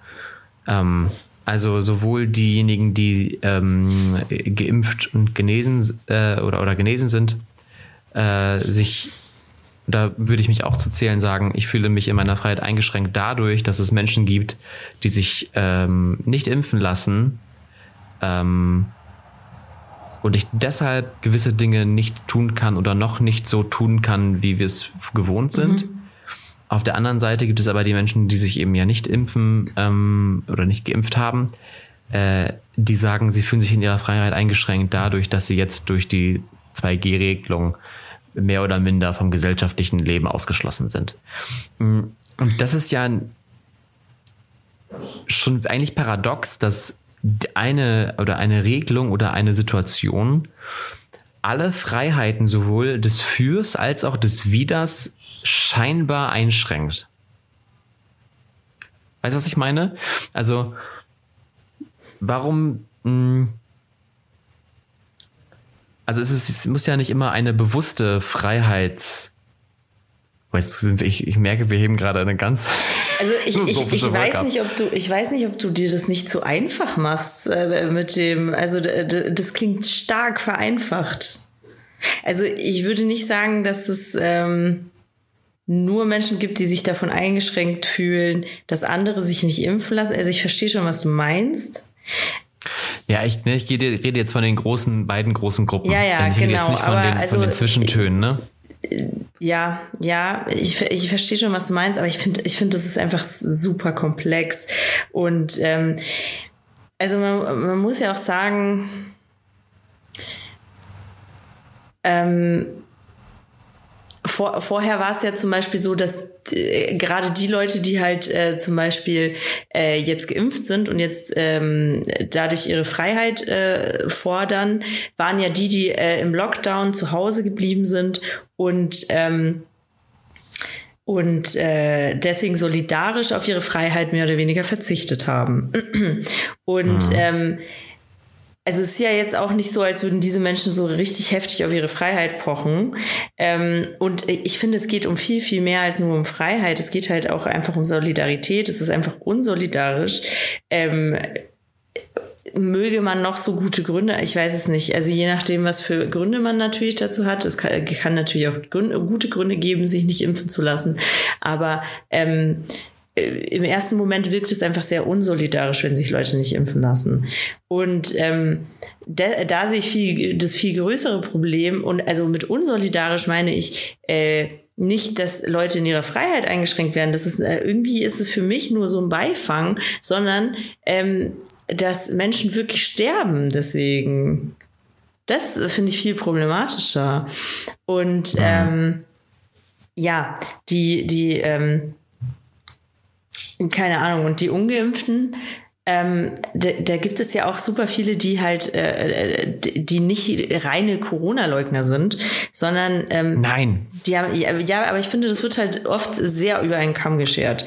Also sowohl diejenigen, die geimpft und genesen oder genesen sind, da würde ich mich auch zu zählen sagen, ich fühle mich in meiner Freiheit eingeschränkt dadurch, dass es Menschen gibt, die sich nicht impfen lassen und ich deshalb gewisse Dinge nicht tun kann oder noch nicht so tun kann, wie wir es gewohnt sind. Auf der anderen Seite gibt es aber die Menschen, die sich eben ja nicht impfen oder nicht geimpft haben, die sagen, sie fühlen sich in ihrer Freiheit eingeschränkt dadurch, dass sie jetzt durch die 2G-Regelung mehr oder minder vom gesellschaftlichen Leben ausgeschlossen sind. Und das ist ja schon eigentlich paradox, dass eine Regelung oder eine Situation alle Freiheiten sowohl des Fürs als auch des Widers scheinbar einschränkt. Weißt du, was ich meine? Also, warum... Also es muss ja nicht immer eine bewusste ich merke, wir heben gerade eine ganz Also ich weiß nicht, ob du dir das nicht zu einfach machst mit dem, also das klingt stark vereinfacht. Also ich würde nicht sagen, dass es nur Menschen gibt, die sich davon eingeschränkt fühlen, dass andere sich nicht impfen lassen. Also ich verstehe schon, was du meinst. Ja, ich rede jetzt von den beiden großen Gruppen. Ja, ich rede jetzt nicht von den Zwischentönen, ne? Ja, ich verstehe schon, was du meinst, aber ich finde, das ist einfach super komplex. Und also man muss ja auch sagen, vorher war es ja zum Beispiel so, dass gerade die Leute, die halt zum Beispiel jetzt geimpft sind und jetzt dadurch ihre Freiheit fordern, waren ja die im Lockdown zu Hause geblieben sind und deswegen solidarisch auf ihre Freiheit mehr oder weniger verzichtet haben. Und also es ist ja jetzt auch nicht so, als würden diese Menschen so richtig heftig auf ihre Freiheit pochen. Und ich finde, es geht um viel, viel mehr als nur um Freiheit. Es geht halt auch einfach um Solidarität. Es ist einfach unsolidarisch. Möge man noch so gute Gründe, ich weiß es nicht. Also je nachdem, was für Gründe man natürlich dazu hat. Es kann natürlich auch gute Gründe geben, sich nicht impfen zu lassen. Aber im ersten Moment wirkt es einfach sehr unsolidarisch, wenn sich Leute nicht impfen lassen. Und da sehe ich das viel größere Problem. Und also mit unsolidarisch meine ich nicht, dass Leute in ihrer Freiheit eingeschränkt werden. Das ist irgendwie ist es für mich nur so ein Beifang, sondern dass Menschen wirklich sterben deswegen. Das finde ich viel problematischer. Und keine Ahnung, und die Ungeimpften, da gibt es ja auch super viele, die halt, die nicht reine Corona-Leugner sind, sondern nein. Die haben, ja, aber ich finde, das wird halt oft sehr über einen Kamm geschert.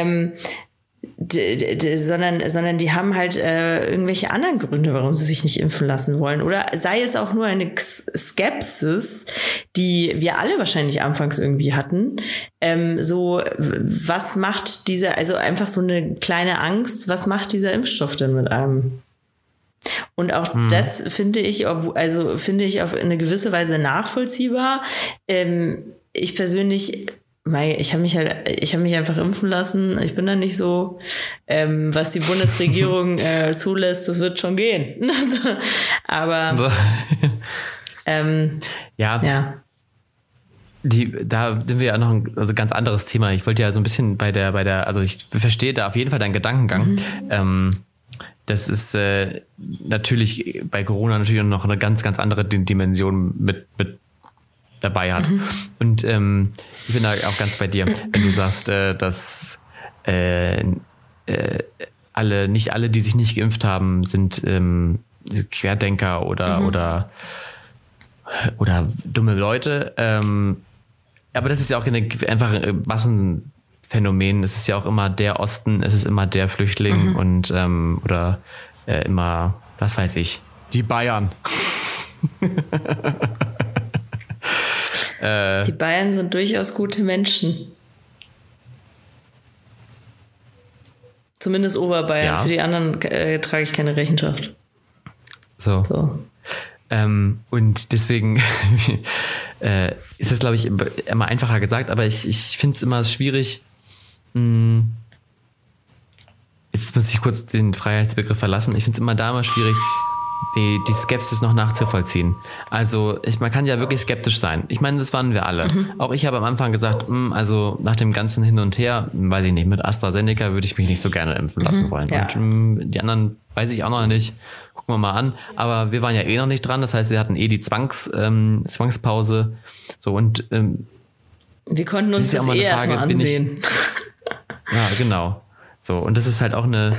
Sondern die haben halt irgendwelche anderen Gründe, warum sie sich nicht impfen lassen wollen. Oder sei es auch nur eine Skepsis, die wir alle wahrscheinlich anfangs irgendwie hatten. Was macht also einfach so eine kleine Angst, was macht dieser Impfstoff denn mit einem? Und auch das finde ich auf eine gewisse Weise nachvollziehbar. Ich persönlich, ich habe mich einfach impfen lassen. Ich bin da nicht so, was die Bundesregierung zulässt, das wird schon gehen. Aber so. Ja. Da sind wir ja noch ein ganz anderes Thema. Ich wollte ja so ein bisschen also ich verstehe da auf jeden Fall deinen Gedankengang. Das ist natürlich bei Corona natürlich noch eine ganz, ganz andere Dimension mit dabei hat. Und ich bin da auch ganz bei dir, wenn du sagst, dass nicht alle, die sich nicht geimpft haben, sind Querdenker oder dumme Leute. Aber das ist ja auch einfach ein Massenphänomen. Es ist ja auch immer der Osten, es ist immer der Flüchtling und immer, was weiß ich, die Bayern. Die Bayern sind durchaus gute Menschen. Zumindest Oberbayern. Ja. Für die anderen trage ich keine Rechenschaft. So. Und deswegen ist es, glaube ich, immer einfacher gesagt, aber ich finde es immer schwierig. Jetzt muss ich kurz den Freiheitsbegriff verlassen. Ich finde es immer schwierig, die Skepsis noch nachzuvollziehen. Also man kann ja wirklich skeptisch sein. Ich meine, das waren wir alle. Auch ich habe am Anfang gesagt, also nach dem ganzen Hin und Her, weiß ich nicht, mit AstraZeneca würde ich mich nicht so gerne impfen lassen wollen. Ja. Und die anderen weiß ich auch noch nicht. Gucken wir mal an. Aber wir waren ja noch nicht dran. Das heißt, wir hatten die Zwangspause. So und wir konnten uns das erstmal ansehen. Ja, genau. So, und das ist halt auch eine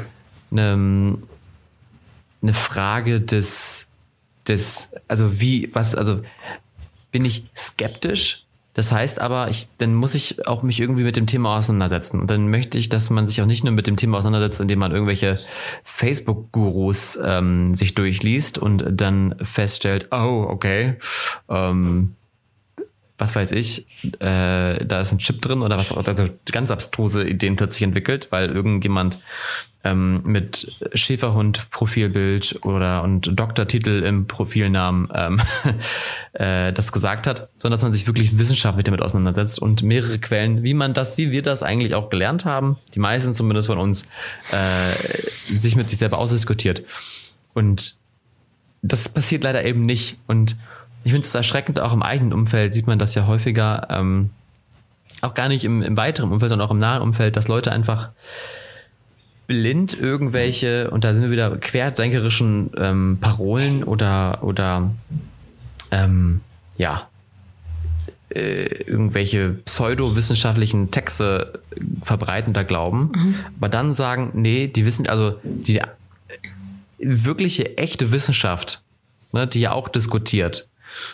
Frage also bin ich skeptisch? Das heißt aber, dann muss ich auch mich irgendwie mit dem Thema auseinandersetzen. Und dann möchte ich, dass man sich auch nicht nur mit dem Thema auseinandersetzt, indem man irgendwelche Facebook-Gurus sich durchliest und dann feststellt, oh, okay, was was weiß ich, da ist ein Chip drin oder was, also ganz abstruse Ideen plötzlich entwickelt, weil irgendjemand mit Schäferhund-Profilbild und Doktortitel im Profilnamen das gesagt hat, sondern dass man sich wirklich wissenschaftlich damit auseinandersetzt und mehrere Quellen, wie wir das eigentlich auch gelernt haben, die meisten zumindest von uns, sich mit sich selber ausdiskutiert. Und das passiert leider eben nicht. Und ich finde es erschreckend, auch im eigenen Umfeld sieht man das ja häufiger, auch gar nicht im weiteren Umfeld, sondern auch im nahen Umfeld, dass Leute einfach blind irgendwelche, und da sind wir wieder querdenkerischen Parolen oder irgendwelche pseudowissenschaftlichen Texte verbreiten, da glauben, aber dann sagen, nee, die wissen, also die wirkliche, echte Wissenschaft, ne, die ja auch diskutiert,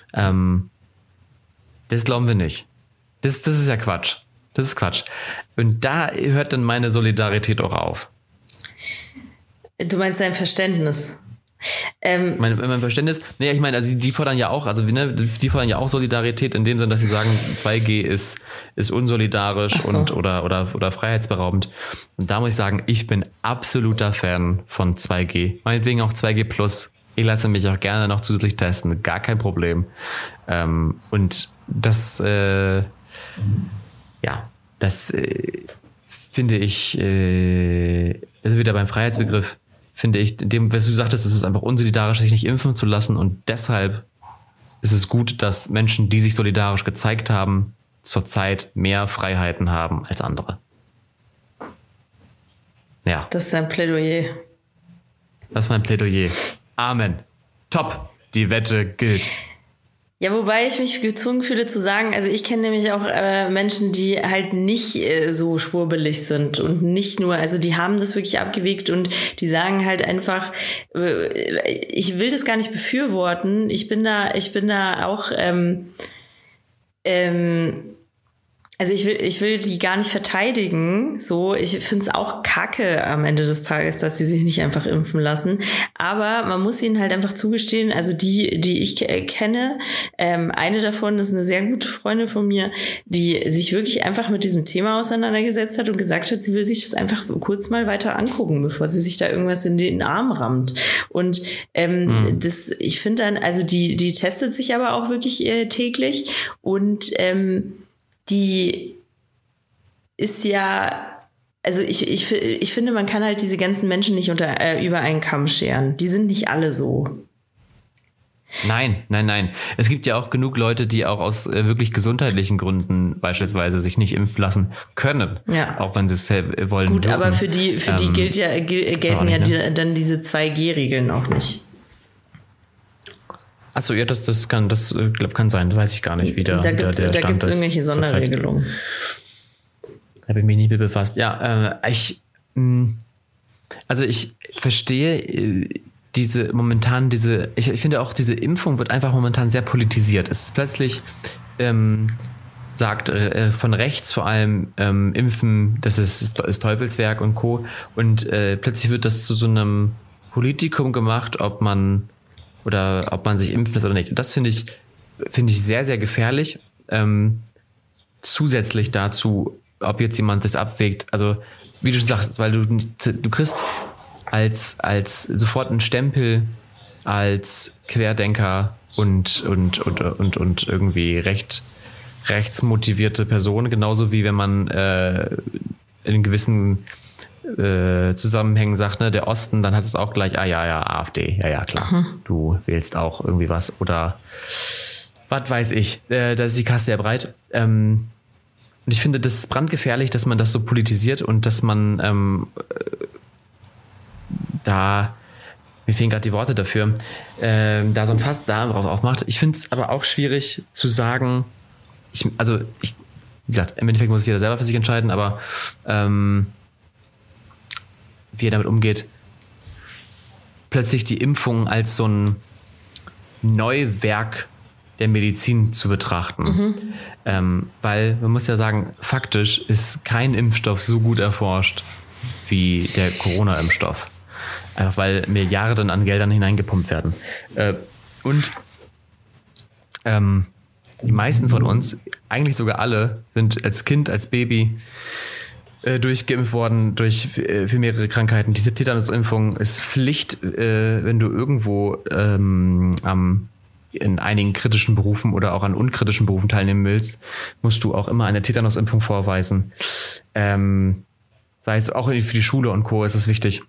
das glauben wir nicht. Das ist ja Quatsch. Das ist Quatsch. Und da hört dann meine Solidarität auch auf. Du meinst dein Verständnis? Mein Verständnis? Nee, ich meine, also die fordern ja auch, die fordern ja auch Solidarität in dem Sinne, dass sie sagen, 2G ist unsolidarisch oder freiheitsberaubend. Und da muss ich sagen, ich bin absoluter Fan von 2G. Meinetwegen auch 2G+. Ich lasse mich auch gerne noch zusätzlich testen. Gar kein Problem. Und das, finde ich, also wieder beim Freiheitsbegriff, finde ich, dem, was du sagtest, ist es einfach unsolidarisch, sich nicht impfen zu lassen, und deshalb ist es gut, dass Menschen, die sich solidarisch gezeigt haben, zurzeit mehr Freiheiten haben als andere. Ja. Das ist ein Plädoyer. Das ist mein Plädoyer. Amen. Top. Die Wette gilt. Ja, wobei ich mich gezwungen fühle zu sagen, also ich kenne nämlich auch Menschen, die halt nicht so schwurbelig sind und nicht nur, also die haben das wirklich abgewegt und die sagen halt einfach, ich will das gar nicht befürworten, ich bin da auch, also ich will die gar nicht verteidigen, so, ich finde es auch kacke am Ende des Tages, dass die sich nicht einfach impfen lassen, aber man muss ihnen halt einfach zugestehen, also die ich kenne, eine davon ist eine sehr gute Freundin von mir, die sich wirklich einfach mit diesem Thema auseinandergesetzt hat und gesagt hat, sie will sich das einfach kurz mal weiter angucken, bevor sie sich da irgendwas in den Arm rammt. Und das, ich finde dann, also die testet sich aber auch wirklich täglich und die ist ja, also ich finde, man kann halt diese ganzen Menschen nicht über einen Kamm scheren. Die sind nicht alle so. Nein. Es gibt ja auch genug Leute, die auch aus wirklich gesundheitlichen Gründen beispielsweise sich nicht impfen lassen können. Ja. Auch wenn sie es wollen. Gut, würden. Aber für die gelten ja dann diese 2G-Regeln auch nicht. Achso, ja, das kann sein, das weiß ich gar nicht, wie da gibt es irgendwelche Sonderregelungen. Da bin ich mich nicht mehr befasst. Ja, ich verstehe ich finde auch, diese Impfung wird einfach momentan sehr politisiert. Es ist plötzlich, sagt von rechts vor allem, Impfen, das ist Teufelswerk und Co. Und plötzlich wird das zu so einem Politikum gemacht, ob man sich impfen lässt oder nicht. Und das finde ich sehr, sehr gefährlich. Zusätzlich dazu, ob jetzt jemand das abwägt, also wie du schon sagst, weil du kriegst als sofort einen Stempel als Querdenker und irgendwie rechtsmotivierte Person, genauso wie wenn man in gewissen Zusammenhängen sagt, ne, der Osten, dann hat es auch gleich, AfD, ja, klar, du wählst auch irgendwie was oder was weiß ich, da ist die Kasse sehr breit. Und ich finde, das ist brandgefährlich, dass man das so politisiert und dass man mir fehlen gerade die Worte dafür, da so ein Fass darauf aufmacht. Ich finde es aber auch schwierig zu sagen, wie gesagt, im Endeffekt muss es jeder selber für sich entscheiden, aber wie er damit umgeht, plötzlich die Impfung als so ein Neuwerk der Medizin zu betrachten. Weil man muss ja sagen, faktisch ist kein Impfstoff so gut erforscht wie der Corona-Impfstoff. Einfach weil Milliarden an Geldern hineingepumpt werden. die meisten von uns, eigentlich sogar alle, sind als Kind, als Baby durchgeimpft worden für mehrere Krankheiten. Diese Tetanusimpfung ist Pflicht, wenn du irgendwo in einigen kritischen Berufen oder auch an unkritischen Berufen teilnehmen willst, musst du auch immer eine Tetanusimpfung vorweisen. Sei es auch für die Schule und Co. ist es wichtig.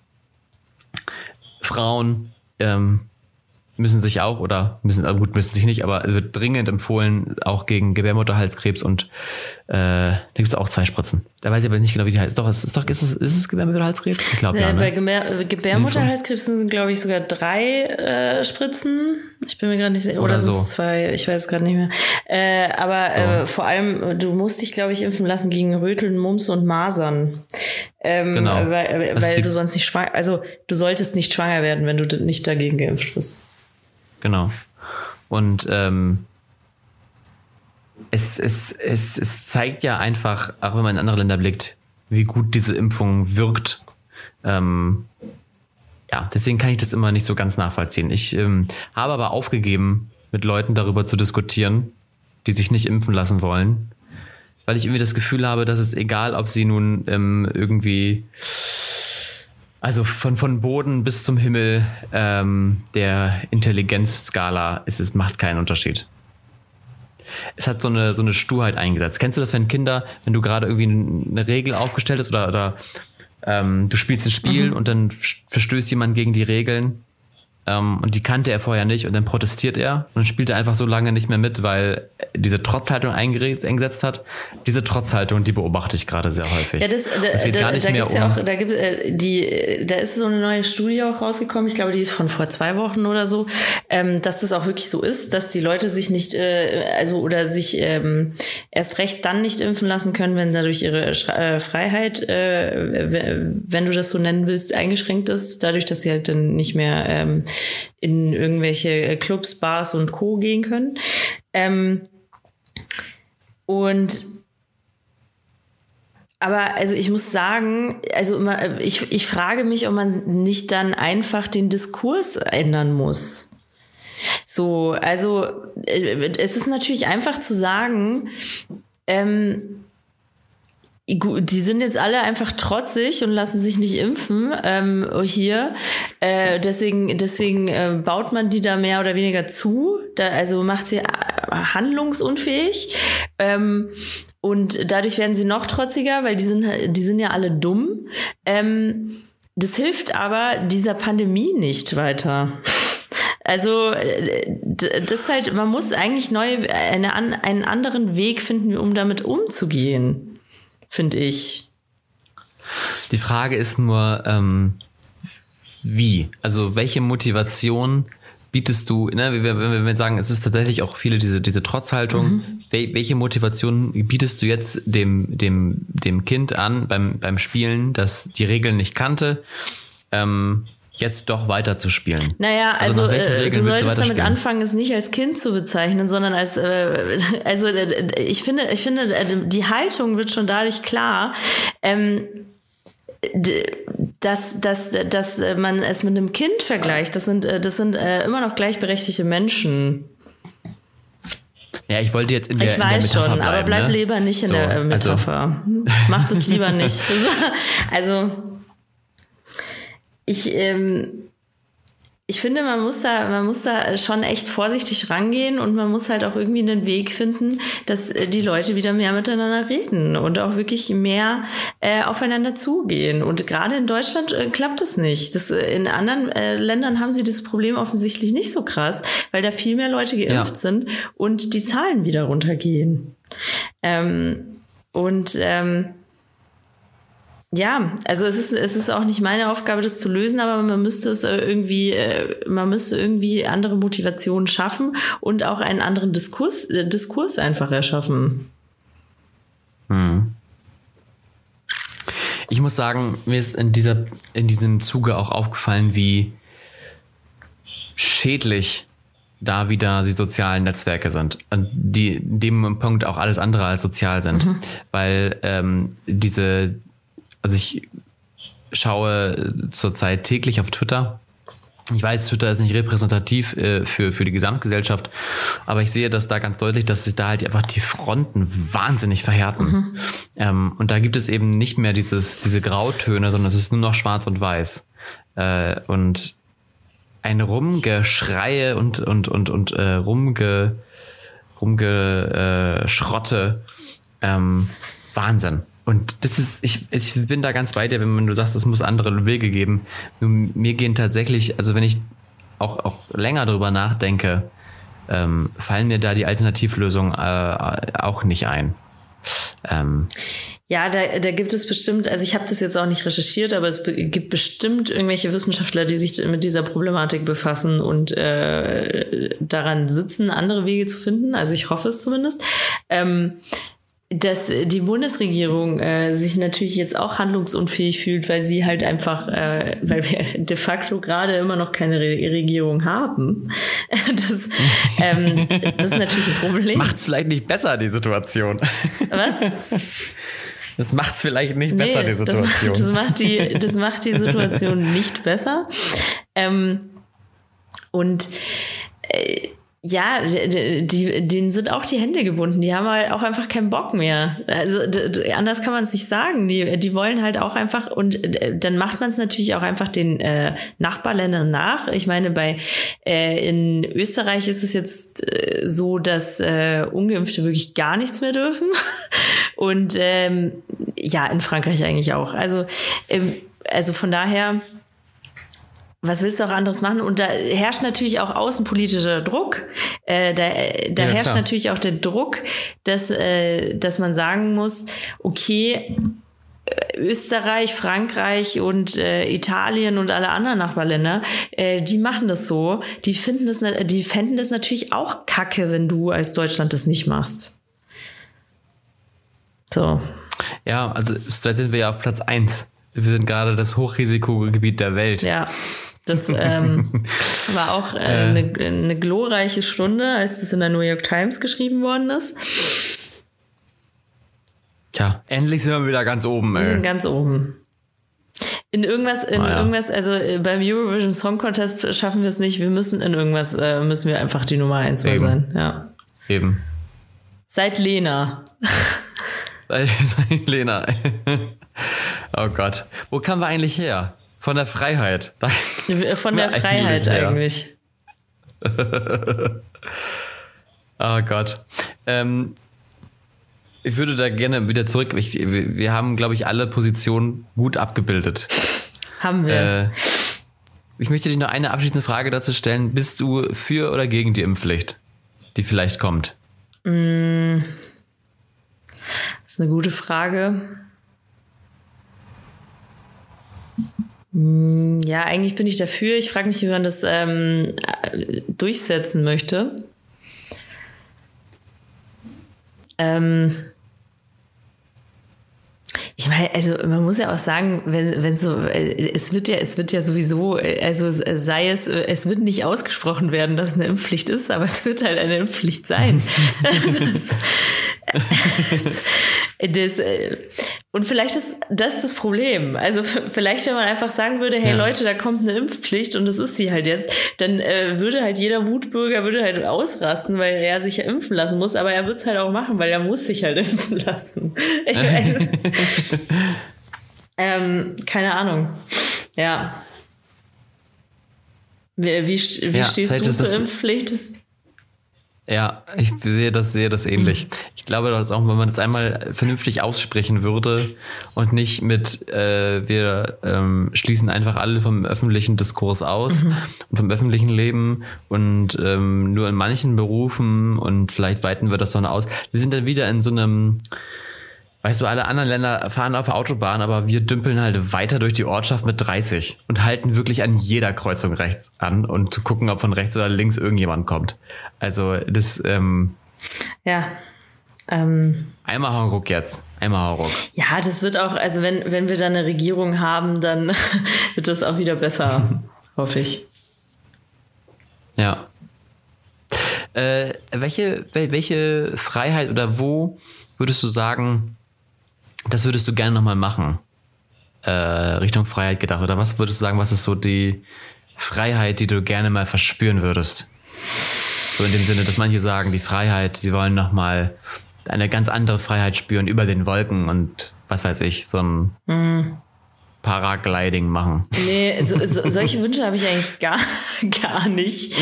Frauen müssen sich auch müssen sich nicht, aber es wird dringend empfohlen, auch gegen Gebärmutterhalskrebs und da gibt es auch 2 Spritzen. Da weiß ich aber nicht genau, wie die heißt. Ist es Gebärmutterhalskrebs? Ich glaube ja. Bei Gebärmutterhalskrebs sind, glaube ich, sogar 3 Spritzen. Ich bin mir gerade nicht sicher. Oder sind es 2? Ich weiß es gerade nicht mehr. Aber vor allem, du musst dich, glaube ich, impfen lassen gegen Röteln, Mumps und Masern. Genau. Weil du sonst nicht schwanger, also du solltest nicht schwanger werden, wenn du nicht dagegen geimpft bist. Genau. Und es zeigt ja einfach, auch wenn man in andere Länder blickt, wie gut diese Impfung wirkt. Deswegen kann ich das immer nicht so ganz nachvollziehen. Ich habe aber aufgegeben, mit Leuten darüber zu diskutieren, die sich nicht impfen lassen wollen, weil ich irgendwie das Gefühl habe, dass es egal, ob sie nun irgendwie, also von Boden bis zum Himmel der Intelligenzskala es macht keinen Unterschied. Es hat so eine Sturheit eingesetzt. Kennst du das, wenn du gerade irgendwie eine Regel aufgestellt hast oder du spielst ein Spiel und dann verstößt jemand gegen die Regeln und die kannte er vorher nicht und dann protestiert er und dann spielt er einfach so lange nicht mehr mit, weil diese Trotzhaltung eingesetzt hat. Diese Trotzhaltung, die beobachte ich gerade sehr häufig. Ja, da ist so eine neue Studie auch rausgekommen, ich glaube, die ist von vor 2 Wochen oder so, dass das auch wirklich so ist, dass die Leute sich nicht, sich erst recht dann nicht impfen lassen können, wenn dadurch ihre Freiheit, wenn du das so nennen willst, eingeschränkt ist, dadurch, dass sie halt dann nicht mehr in irgendwelche Clubs, Bars und Co. gehen können. Aber ich muss sagen, ich frage mich, ob man nicht dann einfach den Diskurs ändern muss. So, also es ist natürlich einfach zu sagen, die sind jetzt alle einfach trotzig und lassen sich nicht impfen hier. Deswegen baut man die da mehr oder weniger zu. Also macht sie handlungsunfähig. Und dadurch werden sie noch trotziger, weil die sind ja alle dumm. Das hilft aber dieser Pandemie nicht weiter. Also das ist halt, man muss eigentlich einen anderen Weg finden, um damit umzugehen, finde ich. Die Frage ist nur, wie? Also welche Motivation bietest du, wenn wir sagen, es ist tatsächlich auch viele diese Trotzhaltung, welche Motivation bietest du jetzt dem Kind an beim Spielen, das die Regeln nicht kannte, jetzt doch weiter zu spielen? Naja, also du solltest damit anfangen, es nicht als Kind zu bezeichnen, sondern als, ich finde, die Haltung wird schon dadurch klar, dass man es mit einem Kind vergleicht. Das sind immer noch gleichberechtigte Menschen. Ja, ich wollte jetzt in der Ich weiß schon, bleiben, aber bleib lieber nicht in der Metapher. Mach das lieber nicht. Also ich finde, man muss da schon echt vorsichtig rangehen und man muss halt auch irgendwie einen Weg finden, dass die Leute wieder mehr miteinander reden und auch wirklich mehr aufeinander zugehen. Und gerade in Deutschland klappt das nicht. In anderen Ländern haben sie das Problem offensichtlich nicht so krass, weil da viel mehr Leute geimpft sind und die Zahlen wieder runtergehen. Ja, also es ist auch nicht meine Aufgabe, das zu lösen, aber man müsste irgendwie andere Motivationen schaffen und auch einen anderen Diskurs einfach erschaffen. Ich muss sagen, mir ist in diesem Zuge auch aufgefallen, wie schädlich da wieder die sozialen Netzwerke sind, die in dem Punkt auch alles andere als sozial sind, weil also ich schaue zurzeit täglich auf Twitter Ich weiß, Twitter ist nicht repräsentativ für die Gesamtgesellschaft, aber ich sehe das da ganz deutlich, dass sich da halt einfach die Fronten wahnsinnig verhärten. Und da gibt es eben nicht mehr diese Grautöne, sondern es ist nur noch schwarz und weiß. Und ein Rumgeschreie und Rumgeschrotte, Wahnsinn. Und das ist, ich bin da ganz bei dir, wenn du sagst, es muss andere Wege geben. Nur mir gehen tatsächlich, also wenn ich auch länger drüber nachdenke, fallen mir da die Alternativlösungen auch nicht ein. Ja, da gibt es bestimmt, also ich habe das jetzt auch nicht recherchiert, aber es gibt bestimmt irgendwelche Wissenschaftler, die sich mit dieser Problematik befassen und daran sitzen, andere Wege zu finden. Also ich hoffe es zumindest. Dass die Bundesregierung sich natürlich jetzt auch handlungsunfähig fühlt, weil sie halt einfach, weil wir de facto gerade immer noch keine Regierung haben. Das ist natürlich ein Problem. Macht's vielleicht nicht besser, die Situation. Was? Das macht's vielleicht nicht besser, die Situation. Das macht die Situation nicht besser. Ja, denen sind auch die Hände gebunden. Die haben halt auch einfach keinen Bock mehr. Also anders kann man es nicht sagen. Die wollen halt auch einfach, und dann macht man es natürlich auch einfach den Nachbarländern nach. Ich meine, in Österreich ist es jetzt so, dass Ungeimpfte wirklich gar nichts mehr dürfen. Und ja, in Frankreich eigentlich auch. Also von daher, was willst du auch anderes machen? Und da herrscht natürlich auch außenpolitischer Druck. Da herrscht klar. Natürlich auch der Druck, dass man sagen muss, okay, Österreich, Frankreich und Italien und alle anderen Nachbarländer, die machen das so. Die fänden das natürlich auch kacke, wenn du als Deutschland das nicht machst. So. Ja, also da sind wir ja auf Platz 1. Wir sind gerade das Hochrisikogebiet der Welt. Ja. Das war auch eine glorreiche Stunde, als das in der New York Times geschrieben worden ist. Tja, endlich sind wir wieder ganz oben. Wir sind ganz oben. In irgendwas, also beim Eurovision Song Contest schaffen wir es nicht. Wir müssen in irgendwas, müssen wir einfach die Nummer 1 mal sein. Ja. Eben. Seit Lena. Seit Lena. Oh Gott. Wo kamen wir eigentlich her? Von der Freiheit. Von der Freiheit eigentlich. Oh Gott. Ich würde da gerne wieder zurück. Wir haben, glaube ich, alle Positionen gut abgebildet. Haben wir. Ich möchte dir noch eine abschließende Frage dazu stellen. Bist du für oder gegen die Impfpflicht, die vielleicht kommt? Das ist eine gute Frage. Ja, eigentlich bin ich dafür. Ich frage mich, wie man das durchsetzen möchte. Ich meine, also man muss ja auch sagen, wenn so, es wird ja sowieso, also es wird nicht ausgesprochen werden, dass es eine Impfpflicht ist, aber es wird halt eine Impfpflicht sein. Und vielleicht ist das Problem. Also vielleicht, wenn man einfach sagen würde, hey Leute, da kommt eine Impfpflicht und das ist sie halt jetzt, dann würde halt jeder Wutbürger halt ausrasten, weil er sich ja impfen lassen muss, aber er wird es halt auch machen, weil er muss sich halt impfen lassen. Keine Ahnung. Ja. Wie stehst du zur Impfpflicht? Ja, ich sehe das ähnlich. Ich glaube, dass auch, wenn man das einmal vernünftig aussprechen würde und nicht mit wir schließen einfach alle vom öffentlichen Diskurs aus und vom öffentlichen Leben und nur in manchen Berufen und vielleicht weiten wir das dann aus. Wir sind dann wieder in so einem, weißt du, alle anderen Länder fahren auf der Autobahn, aber wir dümpeln halt weiter durch die Ortschaft mit 30 und halten wirklich an jeder Kreuzung rechts an und gucken, ob von rechts oder links irgendjemand kommt. Also das, einmal Hauruck jetzt. Einmal Hauruck. Ja, das wird auch, also wenn wir dann eine Regierung haben, dann wird das auch wieder besser, hoffe ich. Ja. Welche Freiheit oder wo würdest du sagen, das würdest du gerne nochmal machen? Richtung Freiheit gedacht. Oder was würdest du sagen, was ist so die Freiheit, die du gerne mal verspüren würdest? So in dem Sinne, dass manche sagen, die Freiheit, sie wollen nochmal eine ganz andere Freiheit spüren über den Wolken und was weiß ich, so ein Paragliding machen. Nee, solche Wünsche habe ich eigentlich gar nicht.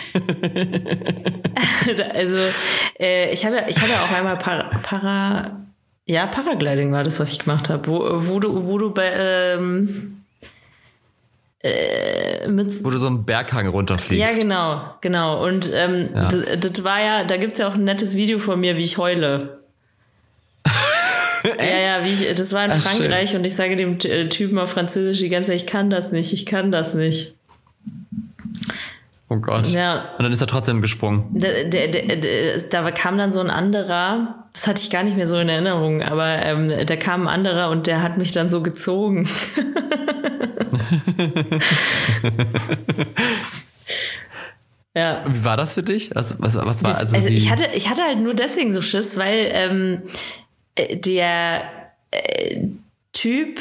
Also ich habe ja auch einmal Paragliding war das, was ich gemacht habe, wo du bei wo du so einen Berghang runterfliegst. Ja, genau. Und das war ja, da gibt's ja auch ein nettes Video von mir, wie ich heule. Ja, das war in Frankreich schön. Und ich sage dem Typen auf Französisch die ganze Zeit, ich kann das nicht. Oh Gott. Ja. Und dann ist er trotzdem gesprungen. Da kam dann so ein anderer, das hatte ich gar nicht mehr so in Erinnerung, aber da kam ein anderer und der hat mich dann so gezogen. Ja. Wie war das für dich? Was war ich hatte halt nur deswegen so Schiss, weil der Typ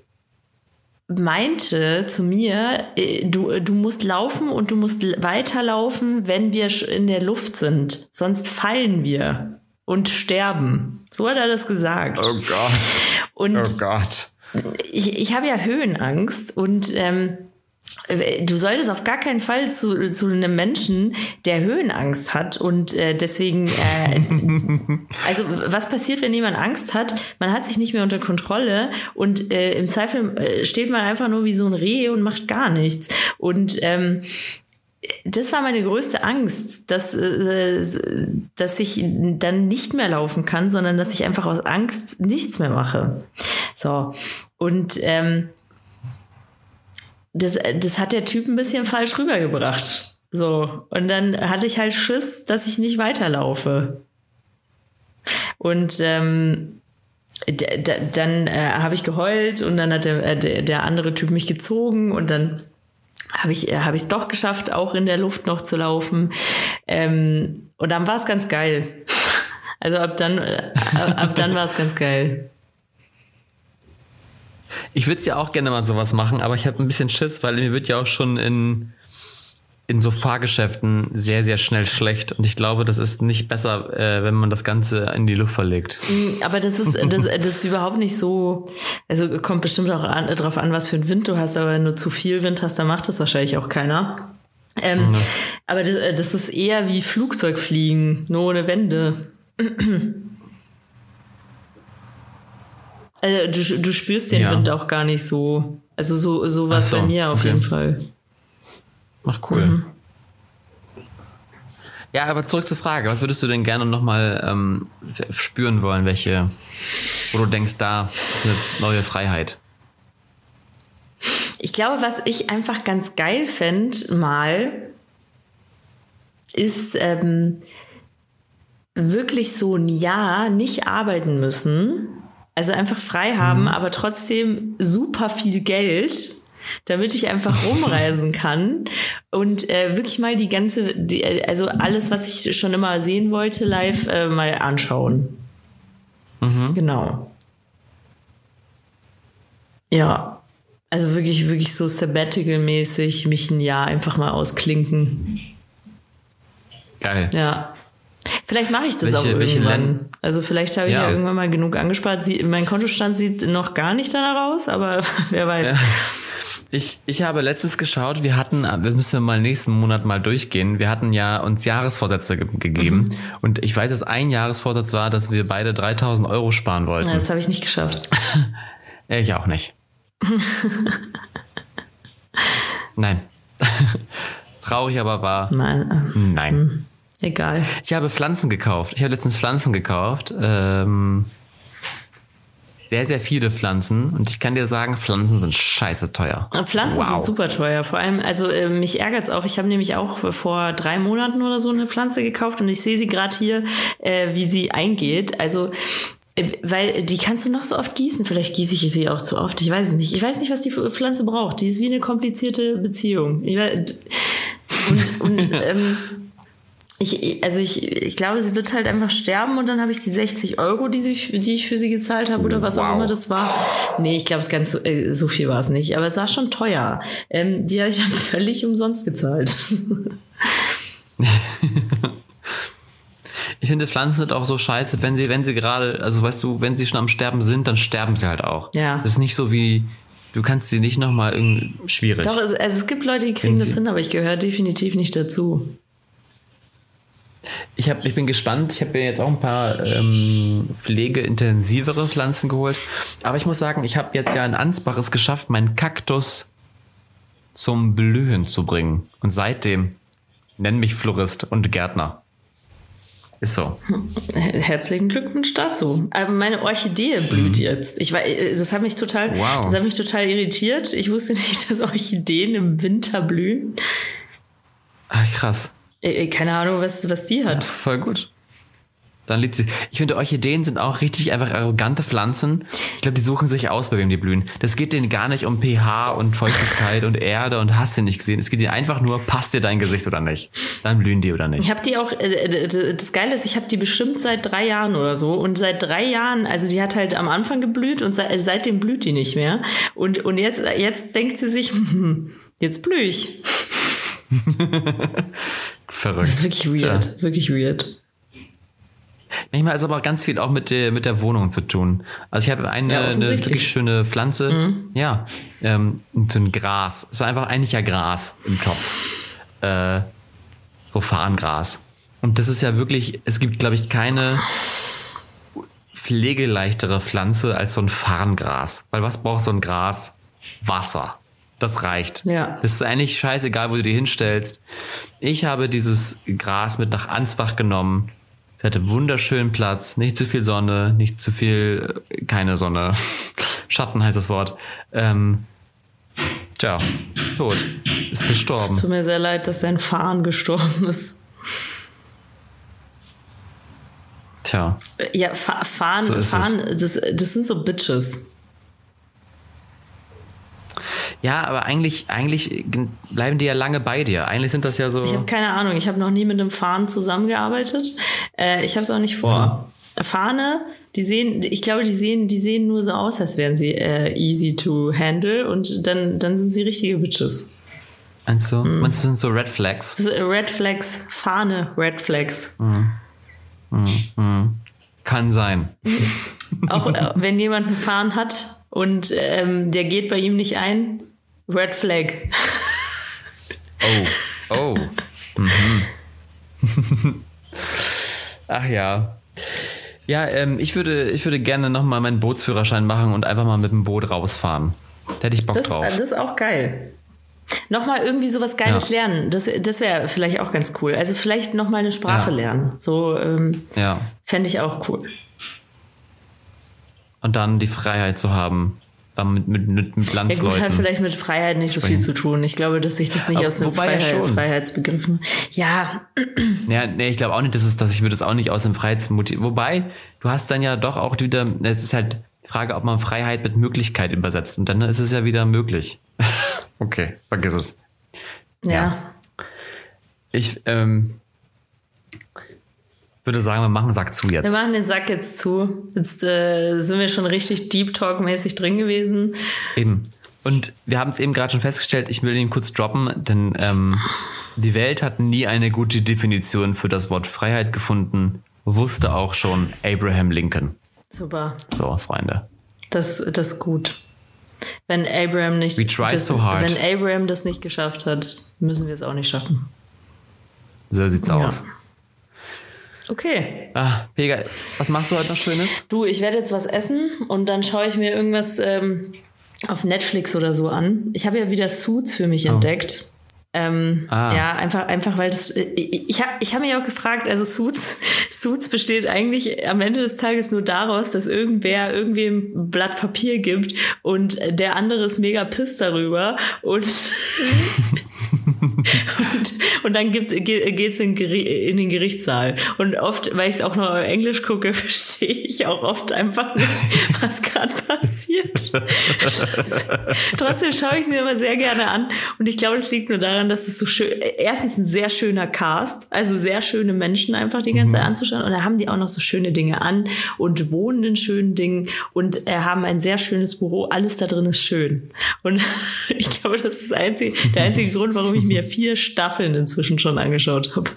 meinte zu mir, du musst laufen und du musst weiterlaufen, wenn wir in der Luft sind. Sonst fallen wir und sterben. So hat er das gesagt. Oh Gott. Und oh Gott. Ich habe ja Höhenangst und du solltest auf gar keinen Fall zu einem Menschen, der Höhenangst hat und deswegen, also was passiert, wenn jemand Angst hat? Man hat sich nicht mehr unter Kontrolle und im Zweifel steht man einfach nur wie so ein Reh und macht gar nichts. Und das war meine größte Angst, dass ich dann nicht mehr laufen kann, sondern dass ich einfach aus Angst nichts mehr mache. So. Und das hat der Typ ein bisschen falsch rübergebracht. So. Und dann hatte ich halt Schiss, dass ich nicht weiterlaufe. Und dann habe ich geheult und dann hat der andere Typ mich gezogen und dann habe ich es doch geschafft, auch in der Luft noch zu laufen. Und dann war es ganz geil. Also ab dann war es ganz geil. Ich würde es ja auch gerne mal sowas machen, aber ich habe ein bisschen Schiss, weil mir wird ja auch schon in so Fahrgeschäften sehr, sehr schnell schlecht. Und ich glaube, das ist nicht besser, wenn man das Ganze in die Luft verlegt. Aber das ist überhaupt nicht so, also kommt bestimmt auch drauf an, was für einen Wind du hast, aber wenn du zu viel Wind hast, dann macht das wahrscheinlich auch keiner. Aber das ist eher wie Flugzeugfliegen, nur ohne Wände. Also du spürst den Wind auch gar nicht so. Also so war es bei mir auf jeden Fall. Ach, cool. Ja, aber zurück zur Frage. Was würdest du denn gerne nochmal spüren wollen? Wo du denkst, da ist eine neue Freiheit? Ich glaube, was ich einfach ganz geil fände mal, ist wirklich so ein Jahr nicht arbeiten müssen. Also einfach frei haben, aber trotzdem super viel Geld, damit ich einfach rumreisen kann und wirklich mal also alles, was ich schon immer sehen wollte, live mal anschauen. Genau. Ja, also wirklich so Sabbatical-mäßig mich ein Jahr einfach mal ausklinken. Geil. Ja. Vielleicht mache ich das auch irgendwann. Also vielleicht habe ich ja irgendwann mal genug angespart. Mein Kontostand sieht noch gar nicht danach aus, aber wer weiß. Ja. Ich habe letztens geschaut, wir müssen mal nächsten Monat mal durchgehen. Wir hatten ja uns Jahresvorsätze gegeben. Und ich weiß, dass ein Jahresvorsatz war, dass wir beide 3.000 Euro sparen wollten. Ja, das habe ich nicht geschafft. Ich auch nicht. Nein. Traurig aber wahr. Nein. Egal. Ich habe Pflanzen gekauft. Ich habe letztens Pflanzen gekauft. Sehr, sehr viele Pflanzen. Und ich kann dir sagen, Pflanzen sind scheiße teuer. Pflanzen sind super teuer. Vor allem, also mich ärgert's auch. Ich habe nämlich auch vor 3 Monaten oder so eine Pflanze gekauft und ich sehe sie gerade hier, wie sie eingeht. Also, weil die kannst du noch so oft gießen. Vielleicht gieße ich sie auch zu oft. Ich weiß es nicht. Ich weiß nicht, was die Pflanze braucht. Die ist wie eine komplizierte Beziehung. Ich glaube, sie wird halt einfach sterben und dann habe ich die 60 €, die ich für sie gezahlt habe oder was auch immer das war. Nee, ich glaube, so viel war es nicht, aber es war schon teuer. Die habe ich dann völlig umsonst gezahlt. Ich finde, Pflanzen sind auch so scheiße, wenn sie gerade, also weißt du, wenn sie schon am Sterben sind, dann sterben sie halt auch. Ja. Das ist nicht so wie, du kannst sie nicht nochmal irgendwie, schwierig. Doch, also es gibt Leute, die kriegen das hin, aber ich gehöre definitiv nicht dazu. Ich bin gespannt. Ich habe mir jetzt auch ein paar pflegeintensivere Pflanzen geholt. Aber ich muss sagen, ich habe jetzt ja in Ansbach es geschafft, meinen Kaktus zum Blühen zu bringen. Und seitdem nenn mich Florist und Gärtner. Ist so. Herzlichen Glückwunsch dazu. Aber meine Orchidee blüht jetzt. Das hat mich total irritiert. Ich wusste nicht, dass Orchideen im Winter blühen. Ach, krass. Keine Ahnung, was die hat. Ja, voll gut. Dann liebt sie. Ich finde, Orchideen sind auch richtig einfach arrogante Pflanzen. Ich glaube, die suchen sich aus, bei wem die blühen. Das geht denen gar nicht um pH und Feuchtigkeit und Erde und hast du nicht gesehen. Es geht ihnen einfach nur, passt dir dein Gesicht oder nicht. Dann blühen die oder nicht. Ich habe die auch, das Geile ist, ich habe die bestimmt seit 3 Jahren oder so. Und seit 3 Jahren, also die hat halt am Anfang geblüht und seitdem blüht die nicht mehr. Und jetzt denkt sie sich, jetzt blühe ich. Verrückt. Das ist wirklich weird, wirklich weird. Manchmal ist aber auch ganz viel auch mit der Wohnung zu tun. Also ich habe eine wirklich schöne Pflanze, so ein Gras. Es ist einfach eigentlich ja Gras im Topf. So Farngras. Und das ist ja wirklich, es gibt, glaube ich, keine pflegeleichtere Pflanze als so ein Farngras. Weil was braucht so ein Gras? Wasser. Das reicht. Ja. Das ist eigentlich scheißegal, wo du die hinstellst. Ich habe dieses Gras mit nach Ansbach genommen. Es hatte wunderschönen Platz, nicht zu viel Sonne, nicht zu viel, keine Sonne. Schatten heißt das Wort. Tot. Ist gestorben. Es tut mir sehr leid, dass sein Farn gestorben ist. Tja. Ja, Farn, das sind so Bitches. Ja, aber eigentlich bleiben die ja lange bei dir. Eigentlich sind das ja so... Ich habe keine Ahnung. Ich habe noch nie mit einem Farn zusammengearbeitet. Ich habe es auch nicht vor. Fahne, ich glaube, die sehen nur so aus, als wären sie easy to handle und dann sind sie richtige Bitches. Meinst du? Meinst du, das sind so Red Flags? Das ist Red Flags, Fahne, Red Flags. Kann sein. Auch wenn jemand einen Farn hat und der geht bei ihm nicht ein, Red Flag. Oh. Ach ja. Ja, ich würde gerne nochmal meinen Bootsführerschein machen und einfach mal mit dem Boot rausfahren. Da hätte ich Bock drauf. Das ist auch geil. Nochmal irgendwie sowas Geiles lernen. Das wäre vielleicht auch ganz cool. Also vielleicht nochmal eine Sprache lernen. So fände ich auch cool. Und dann die Freiheit zu haben, dann mit Landsleuten. Ja gut, hat vielleicht mit Freiheit nicht so viel zu tun. Ich glaube, dass sich das nicht aus einem Freiheitsbegriffen... Ja. Nee, ich glaube auch nicht, ich würde es auch nicht aus dem Freiheitsmotiv... Wobei, du hast dann ja doch auch wieder... Es ist halt die Frage, ob man Freiheit mit Möglichkeit übersetzt. Und dann ist es ja wieder möglich. Okay, vergiss es. Ja. Ich würde sagen, wir machen den Sack zu jetzt. Wir machen den Sack jetzt zu. Jetzt sind wir schon richtig Deep Talk-mäßig drin gewesen. Eben. Und wir haben es eben gerade schon festgestellt, ich will ihn kurz droppen, denn die Welt hat nie eine gute Definition für das Wort Freiheit gefunden. Wusste auch schon Abraham Lincoln. Super. So, Freunde. Das ist gut. Wenn Abraham Wenn Abraham das nicht geschafft hat, müssen wir es auch nicht schaffen. So sieht's aus. Okay. Pega, was machst du heute noch Schönes? Du, ich werde jetzt was essen und dann schaue ich mir irgendwas auf Netflix oder so an. Ich habe ja wieder Suits für mich entdeckt. Ja, einfach weil das... Ich hab mich auch gefragt, also Suits besteht eigentlich am Ende des Tages nur daraus, dass irgendwer irgendwem ein Blatt Papier gibt und der andere ist mega pisst darüber und Und dann geht's in den Gerichtssaal. Und oft, weil ich es auch noch auf Englisch gucke, verstehe ich auch oft einfach nicht, was gerade passiert. Trotzdem schaue ich es mir immer sehr gerne an. Und ich glaube, das liegt nur daran, dass es so schön, erstens ein sehr schöner Cast, also sehr schöne Menschen einfach die ganze Zeit anzuschauen. Und da haben die auch noch so schöne Dinge an und wohnen in schönen Dingen und haben ein sehr schönes Büro. Alles da drin ist schön. Und ich glaube, das ist der einzige Grund, warum ich mir 4 Staffeln inzwischen schon angeschaut habe.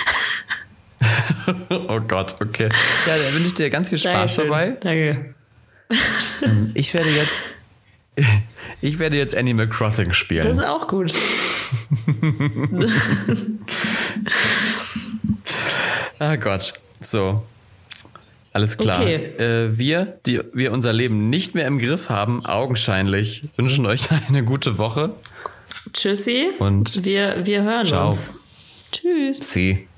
Oh Gott, okay. Ja, da wünsche ich dir ganz viel Spaß dabei. Danke. Ich werde jetzt Animal Crossing spielen. Das ist auch gut. Ah Gott, so. Alles klar. Okay. Wir unser Leben nicht mehr im Griff haben, augenscheinlich, wünschen euch eine gute Woche. Tschüssi. Und wir hören ciao. uns. Tschüss. See.